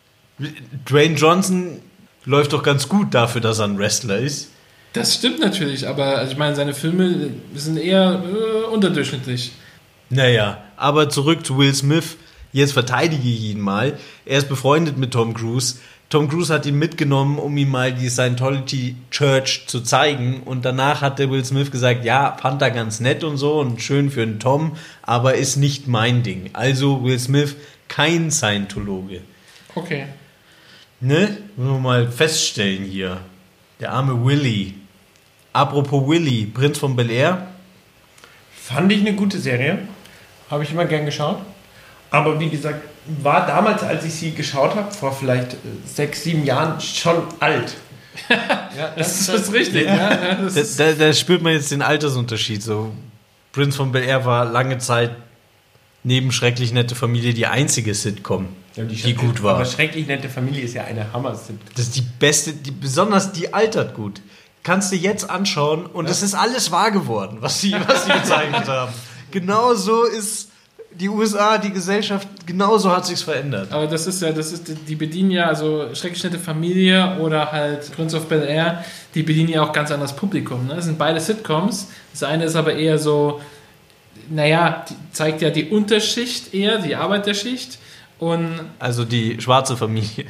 Dwayne Johnson läuft doch ganz gut dafür, dass er ein Wrestler ist. Das stimmt natürlich, aber also ich meine, seine Filme sind eher unterdurchschnittlich. Naja, aber zurück zu Will Smith. Jetzt verteidige ich ihn mal. Er ist befreundet mit Tom Cruise. Tom Cruise hat ihn mitgenommen, um ihm mal die Scientology Church zu zeigen. Und danach hat der Will Smith gesagt, ja, fand er ganz nett und so und schön für einen Tom, aber ist nicht mein Ding. Also Will Smith, kein Scientologe. Okay. Ne? Müssen wir mal feststellen hier. Der arme Willy. Apropos Willy, Prinz von Bel-Air. Fand ich eine gute Serie. Habe ich immer gern geschaut. Aber wie gesagt, war damals, als ich sie geschaut habe, vor vielleicht 6, 7 Jahren, schon alt. Ja, das ist richtig. Ja. Da spürt man jetzt den Altersunterschied. So, Prinz von Bel-Air war lange Zeit neben Schrecklich nette Familie die einzige Sitcom, die gut war. Aber Schrecklich nette Familie ist ja eine Hammer-Sitcom. Das ist die beste, besonders die altert gut. Kannst du jetzt anschauen und es ist alles wahr geworden, was sie gezeichnet haben. Genauso ist die USA, die Gesellschaft, genauso hat sich's verändert. Aber die bedienen ja, also Schrecklich nette Familie oder halt Prince of Bel-Air, die bedienen ja auch ganz anderes Publikum. Ne? Das sind beide Sitcoms. Das eine ist aber eher so, naja, die zeigt ja die Unterschicht eher, die Arbeiterschicht. Und also die schwarze Familie.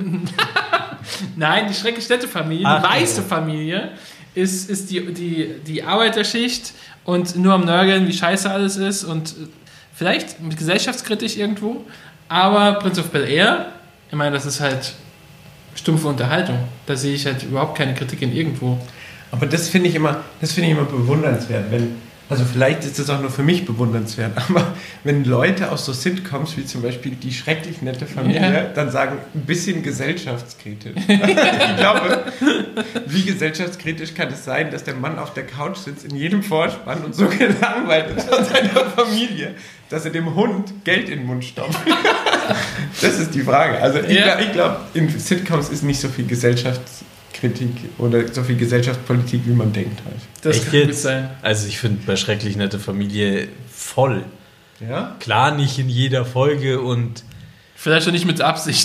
Nein, die Schrecklich nette Familie, die weiße Familie, ist die Arbeiterschicht und nur am Nörgeln, wie scheiße alles ist und vielleicht gesellschaftskritisch irgendwo, aber Prince of Bel-Air, ich meine, das ist halt stumpfe Unterhaltung. Da sehe ich halt überhaupt keine Kritik in irgendwo. Aber das finde ich immer bewundernswert, also vielleicht ist das auch nur für mich bewundernswert, aber wenn Leute aus so Sitcoms wie zum Beispiel die Schrecklich nette Familie dann sagen, ein bisschen gesellschaftskritisch. Ich glaube, wie gesellschaftskritisch kann es sein, dass der Mann auf der Couch sitzt in jedem Vorspann und so gelangweilt ist von seiner Familie, dass er dem Hund Geld in den Mund stopft. Das ist die Frage. Also ich glaube, in Sitcoms ist nicht so viel gesellschaftskritisches Kritik oder so viel Gesellschaftspolitik, wie man denkt halt. Das Echt kann gut jetzt? sein. Also ich finde bei Schrecklich nette Familie voll. Ja? Klar, nicht in jeder Folge und Vielleicht auch nicht mit Absicht.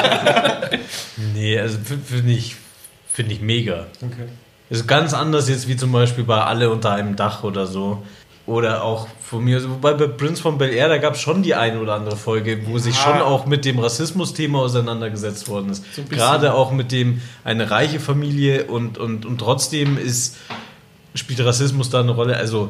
nee, also finde ich mega. Okay. Ist ganz anders jetzt wie zum Beispiel bei Alle unter einem Dach oder so. Oder auch von mir, also wobei bei Prince von Bel-Air, da gab es schon die eine oder andere Folge, wo sich schon auch mit dem Rassismus-Thema auseinandergesetzt worden ist. So ein bisschen. Gerade auch mit dem, eine reiche Familie und trotzdem spielt Rassismus da eine Rolle. Also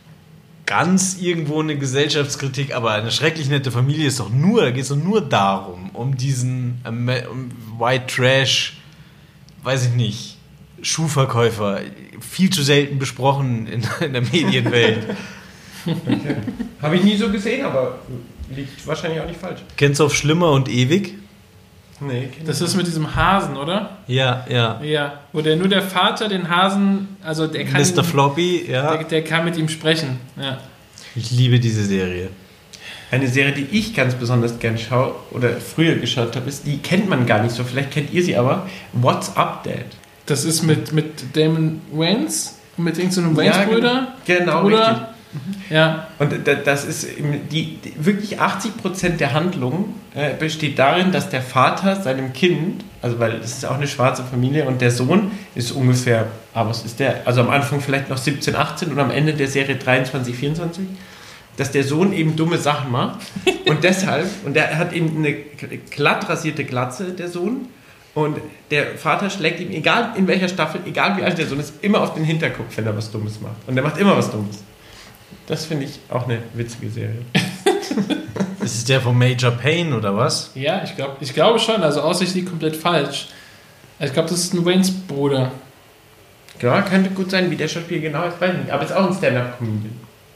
ganz irgendwo eine Gesellschaftskritik, aber eine schrecklich nette Familie ist doch nur, da geht es doch nur darum, um diesen um White Trash, weiß ich nicht, Schuhverkäufer, viel zu selten besprochen in der Medienwelt. Okay. Habe ich nie so gesehen, aber liegt wahrscheinlich auch nicht falsch. Kennst du auf Schlimmer und Ewig? Nee, Das ist mit diesem Hasen, oder? Ja. Ja. Wo nur der Vater den Hasen, also der kann. Mr. Floppy, ja. Der kann mit ihm sprechen. Ja. Ich liebe diese Serie. Eine Serie, die ich ganz besonders gern schaue oder früher geschaut habe, ist, die kennt man gar nicht so, vielleicht kennt ihr sie aber, What's Up, Dad? Das ist mit Damon Wayans, mit irgendeinem Wayans-Brüder. Genau, Bruder. richtig. Ja. Und das ist wirklich 80% der Handlung besteht darin, dass der Vater seinem Kind, also weil es ist auch eine schwarze Familie und der Sohn ist ungefähr, aber was ist der? Also am Anfang vielleicht noch 17, 18 und am Ende der Serie 23, 24, dass der Sohn eben dumme Sachen macht und deshalb, und der hat eben eine glatt rasierte Glatze, der Sohn, und der Vater schlägt ihm, egal in welcher Staffel, egal wie alt der Sohn ist, immer auf den Hinterkopf, wenn er was Dummes macht. Und er macht immer was Dummes. Das finde ich auch eine witzige Serie. Ist es der von Major Payne oder was? Ja, ich glaube schon. Also außer ich liege komplett falsch. Ich glaube, das ist ein Wayans Bruder. Ja, könnte gut sein, wie der Schauspieler genau ist, weiß ich nicht. Aber ist auch ein Stand-Up-Comedian.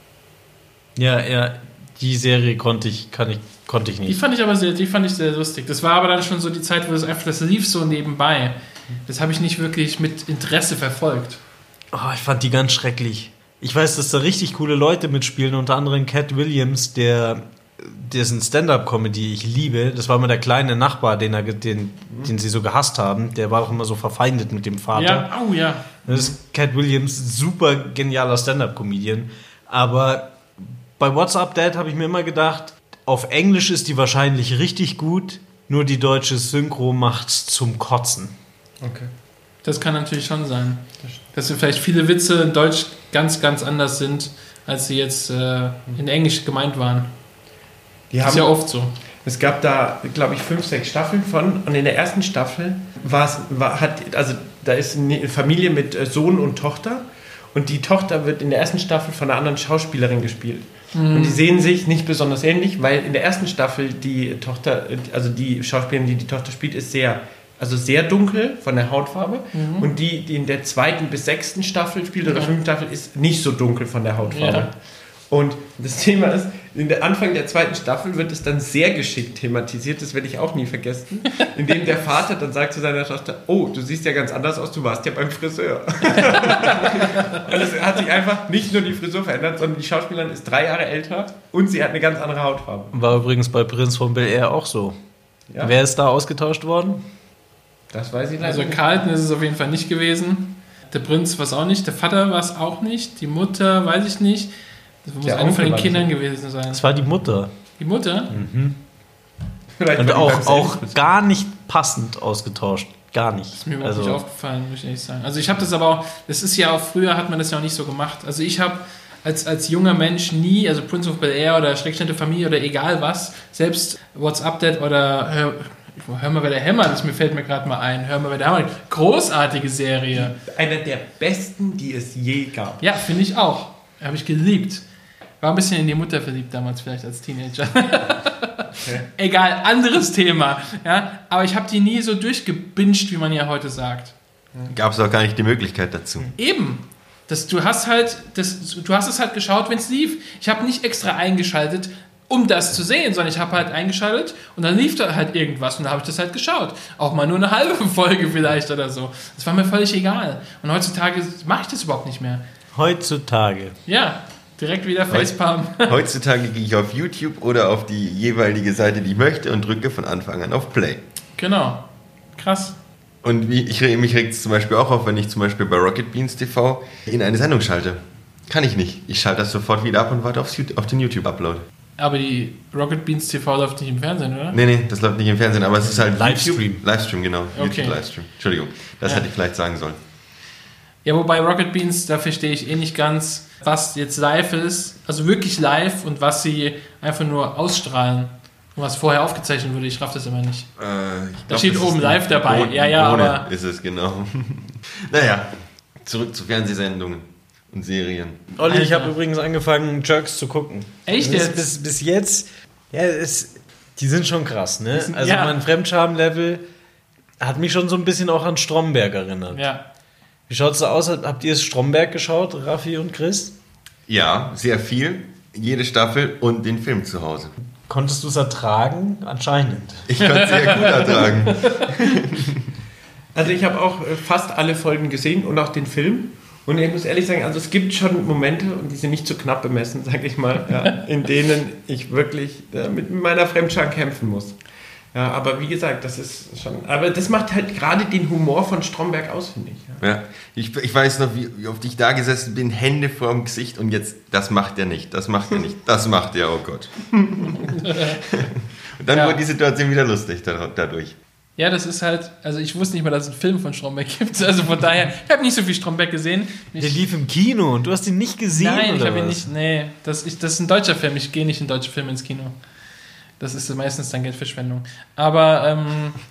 Ja, die Serie konnte ich nicht. Die fand ich sehr lustig. Das war aber dann schon so die Zeit, wo das lief so nebenbei. Das habe ich nicht wirklich mit Interesse verfolgt. Oh, ich fand die ganz schrecklich. Ich weiß, dass da richtig coole Leute mitspielen, unter anderem Cat Williams, der ist ein Stand-Up-Comedy, ich liebe. Das war immer der kleine Nachbar, den sie so gehasst haben. Der war auch immer so verfeindet mit dem Vater. Ja, oh ja. Das ist Cat Williams, super genialer Stand-Up-Comedian. Aber bei What's Up, Dad habe ich mir immer gedacht, auf Englisch ist die wahrscheinlich richtig gut, nur die deutsche Synchro macht's zum Kotzen. Okay. Das kann natürlich schon sein. Dass vielleicht viele Witze in Deutsch ganz, ganz anders sind, als sie jetzt in Englisch gemeint waren. Das ist ja oft so. Es gab da, glaube ich, 5, 6 Staffeln von, und in der ersten Staffel da ist eine Familie mit Sohn und Tochter, und die Tochter wird in der ersten Staffel von einer anderen Schauspielerin gespielt. Und die sehen sich nicht besonders ähnlich, weil in der ersten Staffel die Tochter, also die Schauspielerin, die Tochter spielt, ist sehr dunkel von der Hautfarbe, und die in der 2. bis 6. Staffel spielt oder 5. Staffel ist nicht so dunkel von der Hautfarbe. Ja. Und das Thema ist, in der Anfang der 2. Staffel wird es dann sehr geschickt thematisiert, das werde ich auch nie vergessen, indem der Vater dann sagt zu seiner Tochter, oh, du siehst ja ganz anders aus, du warst ja beim Friseur. Und es hat sich einfach nicht nur die Frisur verändert, sondern die Schauspielerin ist 3 Jahre älter und sie hat eine ganz andere Hautfarbe. War übrigens bei Prince von Bel-Air auch so. Ja. Wer ist da ausgetauscht worden? Das weiß ich leider Also nicht. Carlton ist es auf jeden Fall nicht gewesen. Der Prinz war es auch nicht. Der Vater war es auch nicht. Die Mutter weiß ich nicht. Das muss Der eine von den Onkel Kindern war gewesen sein. Das war die Mutter. Die Mutter? Vielleicht Und war die beim auch selben gar nicht passend ausgetauscht. Gar nicht. Ist mir überhaupt nicht aufgefallen, muss ich ehrlich sagen. Also ich habe das aber auch, das ist ja auch, früher hat man das ja auch nicht so gemacht. Also ich habe als junger Mensch nie, also Prince of Bel-Air oder Schreckliche Familie oder egal was, selbst What's Up, Dad oder Hör mal, wer der hämmert, das fällt mir gerade mal ein. Hör mal, wer der hämmert. Großartige Serie. Einer der besten, die es je gab. Ja, finde ich auch. Habe ich geliebt. War ein bisschen in die Mutter verliebt damals, vielleicht als Teenager. Okay. Egal, anderes Thema. Ja, aber ich habe die nie so durchgebinged, wie man ja heute sagt. Gab es auch gar nicht die Möglichkeit dazu. Eben. Du hast es halt geschaut, wenn es lief. Ich habe nicht extra eingeschaltet, um das zu sehen, sondern ich habe halt eingeschaltet und dann lief da halt irgendwas und da habe ich das halt geschaut. Auch mal nur eine halbe Folge vielleicht oder so. Das war mir völlig egal. Und heutzutage mache ich das überhaupt nicht mehr. Heutzutage. Ja, direkt wieder Facepalm. Heutzutage gehe ich auf YouTube oder auf die jeweilige Seite, die ich möchte, und drücke von Anfang an auf Play. Genau. Krass. Und mich regt es zum Beispiel auch auf, wenn ich zum Beispiel bei Rocket Beans TV in eine Sendung schalte. Kann ich nicht. Ich schalte das sofort wieder ab und warte auf den YouTube-Upload. Aber die Rocket Beans TV läuft nicht im Fernsehen, oder? Nee, das läuft nicht im Fernsehen, aber es ist halt Livestream. Livestream, genau. Okay. YouTube-Livestream. Entschuldigung, das hätte ich vielleicht sagen sollen. Ja, wobei Rocket Beans, da verstehe ich nicht ganz, was jetzt live ist, also wirklich live und was sie einfach nur ausstrahlen. Und was vorher aufgezeichnet wurde, ich raff das immer nicht. Da steht oben live dabei. Aber ist es, genau. Naja, zurück zu Fernsehsendungen und Serien. Olli, ich Alter. habe übrigens angefangen, Jerks zu gucken. Echt Das jetzt? ist bis jetzt, ja, die sind schon krass, ne? Also ja. mein Fremdscham-Level hat mich schon so ein bisschen auch an Stromberg erinnert. Ja. Wie schaut es so aus? Habt ihr es Stromberg geschaut, Raffi und Chris? Ja, sehr viel. Jede Staffel und den Film zu Hause. Konntest du es ertragen? Anscheinend. Ich konnte es sehr gut ertragen. Also ich habe auch fast alle Folgen gesehen und auch den Film. Und ich muss ehrlich sagen, also es gibt schon Momente, und die sind nicht zu knapp bemessen, sage ich mal, ja, in denen ich wirklich mit meiner Fremdscham kämpfen muss. Ja, aber wie gesagt, das ist schon... Aber das macht halt gerade den Humor von Stromberg aus, finde ich. Ja. Ja, ich weiß noch, wie oft ich da gesessen bin, Hände vorm Gesicht und jetzt, das macht er nicht, das macht er nicht, das macht er, oh Gott. Und dann wurde die Situation wieder lustig dadurch. Ja, das ist halt, also ich wusste nicht mal, dass es einen Film von Stromberg gibt. Also von daher, ich habe nicht so viel Stromberg gesehen. Der lief im Kino und du hast ihn nicht gesehen, Nein, ich oder habe ihn was? nicht, nee. Das ist ein deutscher Film, ich gehe nicht in deutsche Filme ins Kino. Das ist meistens dann Geldverschwendung. Aber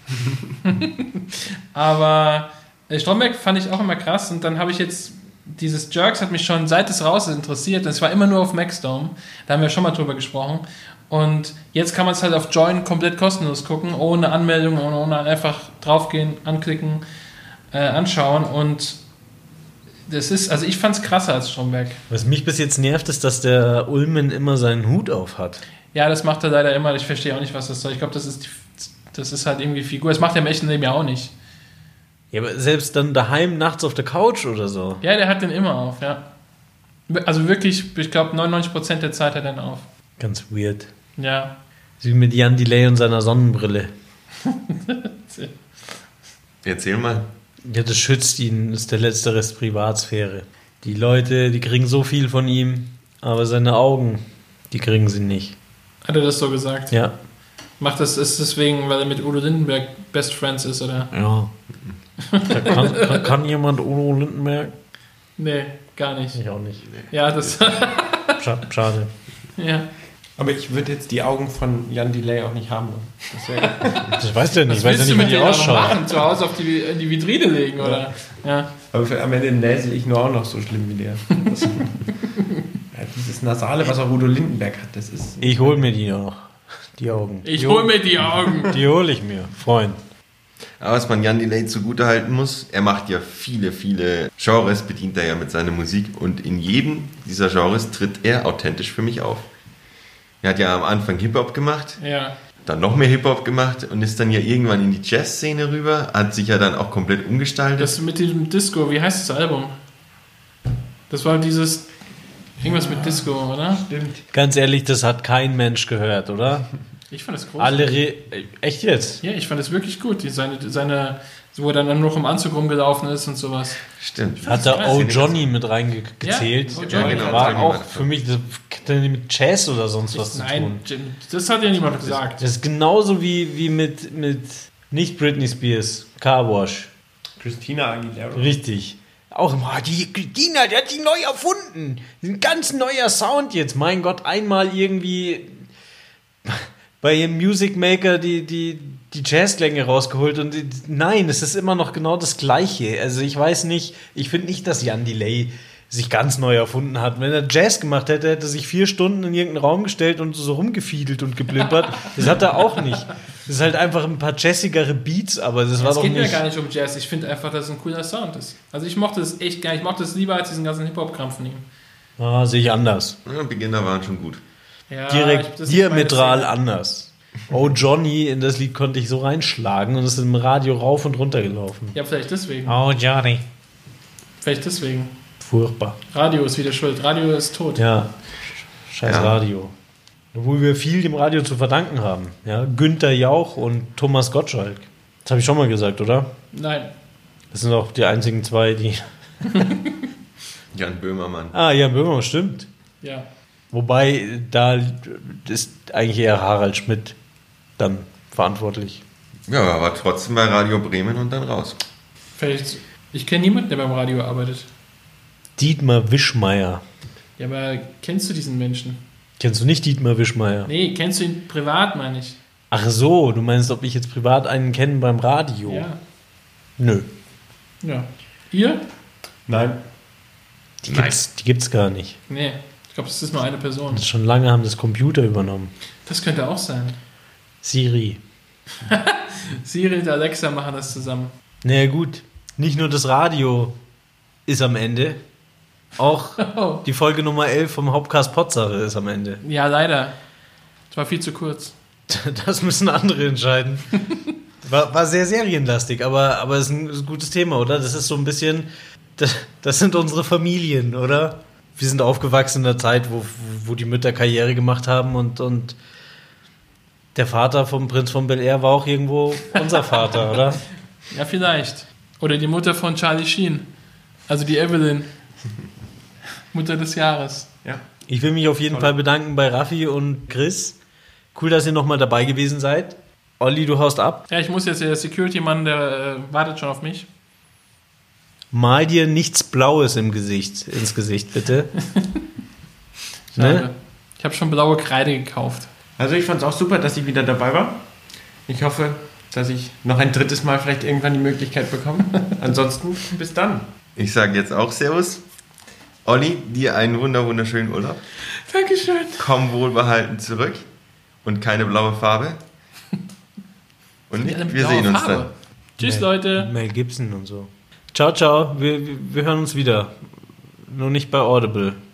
Stromberg fand ich auch immer krass und dann habe ich jetzt, dieses Jerks hat mich schon seit es raus ist interessiert und es war immer nur auf Maxdome, da haben wir schon mal drüber gesprochen und jetzt kann man es halt auf Join komplett kostenlos gucken, ohne Anmeldung, ohne einfach draufgehen, anklicken, anschauen und das ist, also ich fand es krasser als Stromberg. Was mich bis jetzt nervt, ist, dass der Ullmann immer seinen Hut auf hat. Ja, das macht er leider immer. Ich verstehe auch nicht, was das soll. Ich glaube, das ist halt irgendwie Figur. Das macht er im echten Leben ja auch nicht. Ja, aber selbst dann daheim nachts auf der Couch oder so. Ja, der hat den immer auf, ja. Also wirklich, ich glaube, 99% der Zeit hat er den auf. Ganz weird. Ja. Wie mit Jan Delay und seiner Sonnenbrille. Erzähl mal. Ja, das schützt ihn, ist der letzte Rest Privatsphäre. Die Leute, die kriegen so viel von ihm, aber seine Augen, die kriegen sie nicht. Hat er das so gesagt? Ja. Macht das, ist deswegen, weil er mit Udo Lindenberg Best Friends ist, oder? Ja. Kann jemand Udo Lindenberg? Nee, gar nicht. Ich auch nicht. Ja, das... Schade. ja. Aber ich würde jetzt die Augen von Jan Delay auch nicht haben. Das weißt du ja nicht. Ich Was weiß ja willst du nicht, wie mit die denen auch noch ausschauen. machen? Zu Hause in die Vitrine legen, oder? Ja. Aber am Ende näsel ich nur auch noch so schlimm wie der. Das, ja, dieses Nasale, was auch Udo Lindenberg hat, das ist... Ich hol mir die noch. Die Augen. Ich hol mir die Augen. Die hole ich mir, Freund. Aber was man Jan Delay zugutehalten muss, er macht ja viele, viele Genres, bedient er ja mit seiner Musik und in jedem dieser Genres tritt er authentisch für mich auf. Er hat ja am Anfang Hip-Hop gemacht, Ja. dann noch mehr Hip-Hop gemacht und ist dann ja irgendwann in die Jazz-Szene rüber, hat sich ja dann auch komplett umgestaltet. Das mit diesem Disco, wie heißt das Album? Das war dieses... Irgendwas mit Disco, oder? Stimmt. Ganz ehrlich, das hat kein Mensch gehört, oder? Ich fand das groß. Echt jetzt? Ja, ich fand das wirklich gut. Seine wo er dann nur im Anzug rumgelaufen ist und sowas. Stimmt. Hat da Oh Johnny mit reingezählt? Ja, Oh Johnny. genau. War Johnny auch war für mich, das hat ja nicht mit Jazz oder sonst was zu tun. Nein, das hat ja niemand gesagt. Das ist genauso wie mit nicht Britney Spears, Carwash. Christina Aguilera. Richtig. Auch immer, die Christina, die hat die neu erfunden. Ein ganz neuer Sound jetzt. Mein Gott, einmal irgendwie bei ihrem Music Maker die Jazzklänge rausgeholt und nein, es ist immer noch genau das Gleiche. Also ich weiß nicht, ich finde nicht, dass Jan Delay sich ganz neu erfunden hat. Wenn er Jazz gemacht hätte, hätte er sich 4 Stunden in irgendeinen Raum gestellt und so rumgefiedelt und geblimpert. Das hat er auch nicht. Das ist halt einfach ein paar jazzigere Beats, aber das war Es doch geht nicht... mir gar nicht um Jazz. Ich finde einfach, dass es ein cooler Sound ist. Also ich mochte das echt gar nicht. Ich mochte das lieber als diesen ganzen Hip-Hop-Kram von ihm. Ah, sehe ich anders. Ja, Beginner waren schon gut. Ja, Direkt das ist meine diametral Szene. anders. Oh Johnny, in das Lied konnte ich so reinschlagen und es ist im Radio rauf und runter gelaufen. Ja, vielleicht deswegen. Oh Johnny. Vielleicht deswegen. Furchtbar. Radio ist wieder schuld. Radio ist tot. Ja, scheiß Ja. Radio. Obwohl wir viel dem Radio zu verdanken haben. Ja, Günther Jauch und Thomas Gottschalk. Das habe ich schon mal gesagt, oder? Nein. Das sind auch die einzigen zwei, die... Jan Böhmermann. Ah, Jan Böhmermann, stimmt. Ja. Wobei, da ist eigentlich eher Harald Schmidt dann verantwortlich. Ja, aber trotzdem bei Radio Bremen und dann raus. Vielleicht, ich kenne niemanden, der beim Radio arbeitet. Dietmar Wischmeier. Ja, aber kennst du diesen Menschen? Kennst du nicht Dietmar Wischmeier? Nee, kennst du ihn privat, meine ich. Ach so, du meinst, ob ich jetzt privat einen kenne beim Radio? Ja. Nö. Ja. Ihr? Nein. Die gibt's gar nicht. Nee. Ich glaube, das ist nur eine Person. Das schon lange haben das Computer übernommen. Das könnte auch sein. Siri. Siri und Alexa machen das zusammen. Naja gut, nicht nur das Radio ist am Ende, auch die Folge Nummer 11 vom Hauptcast Potsache ist am Ende. Ja, leider. Das war viel zu kurz. Das müssen andere entscheiden. War sehr serienlastig, aber es ist ein gutes Thema, oder? Das ist so ein bisschen, das sind unsere Familien, oder? Wir sind aufgewachsen in einer Zeit, wo die Mütter Karriere gemacht haben und der Vater vom Prinz von Bel-Air war auch irgendwo unser Vater, oder? Ja, vielleicht. Oder die Mutter von Charlie Sheen. Also die Evelyn. Mutter des Jahres. Ja. Ich will mich auf jeden Fall bedanken bei Raffi und Chris. Cool, dass ihr nochmal dabei gewesen seid. Olli, du haust ab. Ja, ich muss jetzt, der Security-Mann, der wartet schon auf mich. Mal dir nichts Blaues ins Gesicht, bitte. Ne? Ich habe schon blaue Kreide gekauft. Also ich fand es auch super, dass ich wieder dabei war. Ich hoffe, dass ich noch ein drittes Mal vielleicht irgendwann die Möglichkeit bekomme. Ansonsten, bis dann. Ich sage jetzt auch Servus. Olli, dir einen wunderschönen Urlaub. Dankeschön. Komm wohlbehalten zurück und keine blaue Farbe. Und Nick, wir sehen uns dann. Tschüss, Leute. Mel Gibson und so. Ciao, ciao. Wir hören uns wieder. Nur nicht bei Audible.